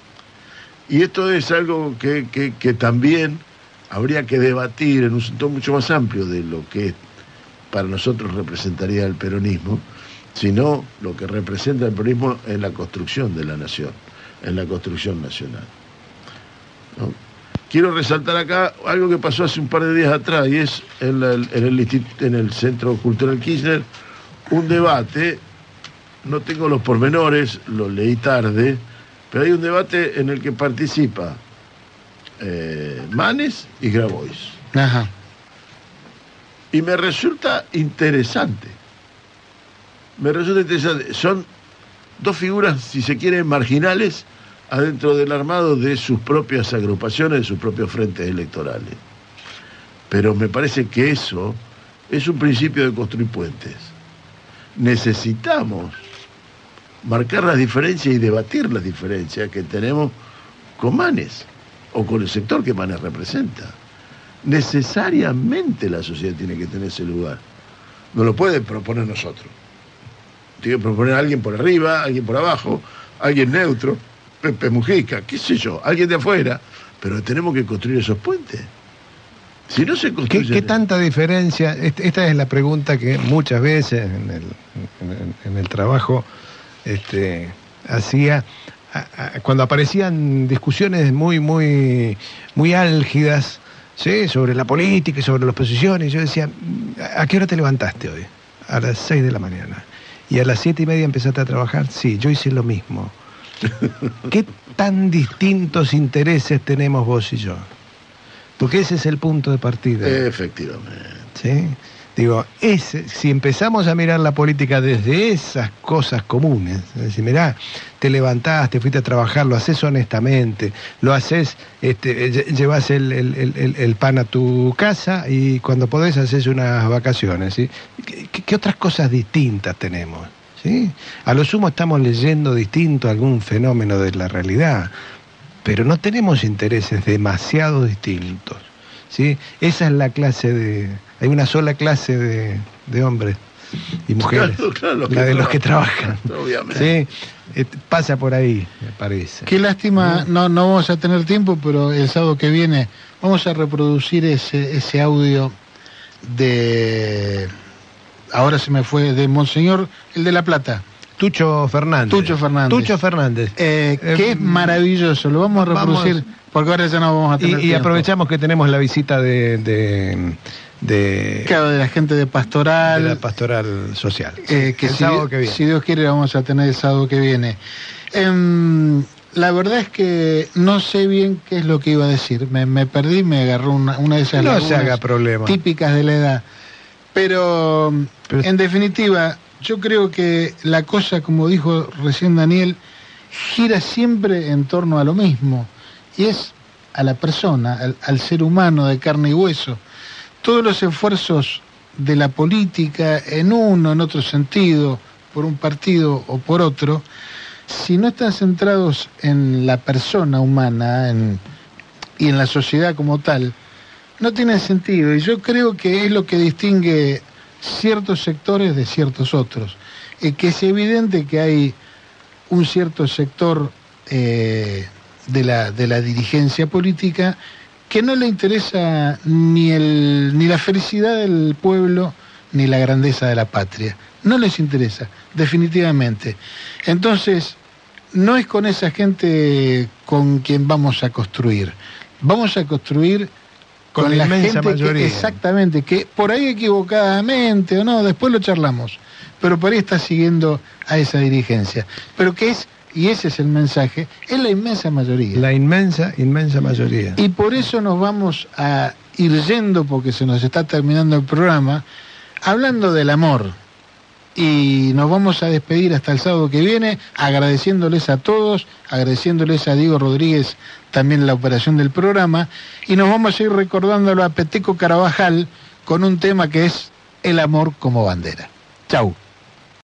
Y esto es algo que, que, que también habría que debatir en un sentido mucho más amplio de lo que para nosotros representaría el peronismo, sino lo que representa el peronismo en la construcción de la nación, en la construcción nacional, ¿no? Quiero resaltar acá algo que pasó hace un par de días atrás, y es en, la, en, el, en el Centro Cultural Kirchner, un debate, no tengo los pormenores, lo leí tarde, pero hay un debate en el que participa eh, Manes y Grabois. Ajá. Y me resulta interesante. Me resulta interesante. Son dos figuras, si se quiere, marginales adentro del armado de sus propias agrupaciones, de sus propios frentes electorales. Pero me parece que eso es un principio de construir puentes. Necesitamos marcar las diferencias y debatir las diferencias que tenemos con Manes o con el sector que Manes representa. Necesariamente la sociedad tiene que tener ese lugar. No lo puede proponer nosotros. Tiene que proponer a alguien por arriba, alguien por abajo, alguien neutro, Pepe Mujica, qué sé yo, alguien de afuera, pero tenemos que construir esos puentes. Si no se construye... ¿Qué, qué tanta diferencia? Esta es la pregunta que muchas veces en el, en, en el trabajo este, hacía, a, a, cuando aparecían discusiones muy, muy, muy álgidas, ¿sí?, sobre la política y sobre las posiciones, yo decía, ¿a qué hora te levantaste hoy? A las seis de la mañana. ¿Y a las siete y media empezaste a trabajar? Sí, yo hice lo mismo. ¿Qué tan distintos intereses tenemos vos y yo? Porque ese es el punto de partida. Efectivamente. ¿Sí? Digo, ese, si empezamos a mirar la política desde esas cosas comunes, es decir, mirá, te levantás, te fuiste a trabajar, lo haces honestamente, lo haces, este, llevas el, el, el, el pan a tu casa y cuando podés haces unas vacaciones, ¿sí? ¿Qué, qué otras cosas distintas tenemos? ¿Sí? A lo sumo estamos leyendo distinto algún fenómeno de la realidad, pero no tenemos intereses demasiado distintos, ¿sí? Esa es la clase de... Hay una sola clase de, de hombres y mujeres, claro, claro, la de los que trabajan. Obviamente. ¿Sí? Pasa por ahí, me parece. Qué lástima, no, no vamos a tener tiempo, pero el sábado que viene vamos a reproducir ese, ese audio de... Ahora se me fue, de Monseñor, el de La Plata. Tucho Fernández. Tucho Fernández. Tucho Fernández. Eh, eh, que es maravilloso, lo vamos a reproducir, vamos, porque ahora ya no vamos a tener y, y aprovechamos que tenemos la visita de... de De, claro, de la gente de Pastoral. De la Pastoral Social. Eh, que el si, sábado que viene. Si Dios quiere, vamos a tener el sábado que viene. Eh, la verdad es que no sé bien qué es lo que iba a decir. Me, me perdí, me agarró una, una de esas no se haga problema. típicas de la edad. Pero, Pero, en definitiva, yo creo que la cosa, como dijo recién Daniel, gira siempre en torno a lo mismo. Y es a la persona, al, al ser humano de carne y hueso. Todos los esfuerzos de la política, en uno, en otro sentido, por un partido o por otro, si no están centrados en la persona humana en, y en la sociedad como tal, no tienen sentido. Y yo creo que es lo que distingue ciertos sectores de ciertos otros. Eh, que es evidente que hay un cierto sector eh, de la, de la dirigencia política que no le interesa ni, el, ni la felicidad del pueblo, ni la grandeza de la patria. No les interesa, definitivamente. Entonces, no es con esa gente con quien vamos a construir. Vamos a construir con, con la gente mayoría. Que, exactamente, que por ahí equivocadamente o no, después lo charlamos, pero por ahí está siguiendo a esa dirigencia. Pero que es, y ese es el mensaje, es la inmensa mayoría. La inmensa, inmensa mayoría. Y por eso nos vamos a ir yendo, porque se nos está terminando el programa, hablando del amor. Y nos vamos a despedir hasta el sábado que viene, agradeciéndoles a todos, agradeciéndoles a Diego Rodríguez también la operación del programa, y nos vamos a ir recordándolo a Peteco Carabajal con un tema que es el amor como bandera. Chau.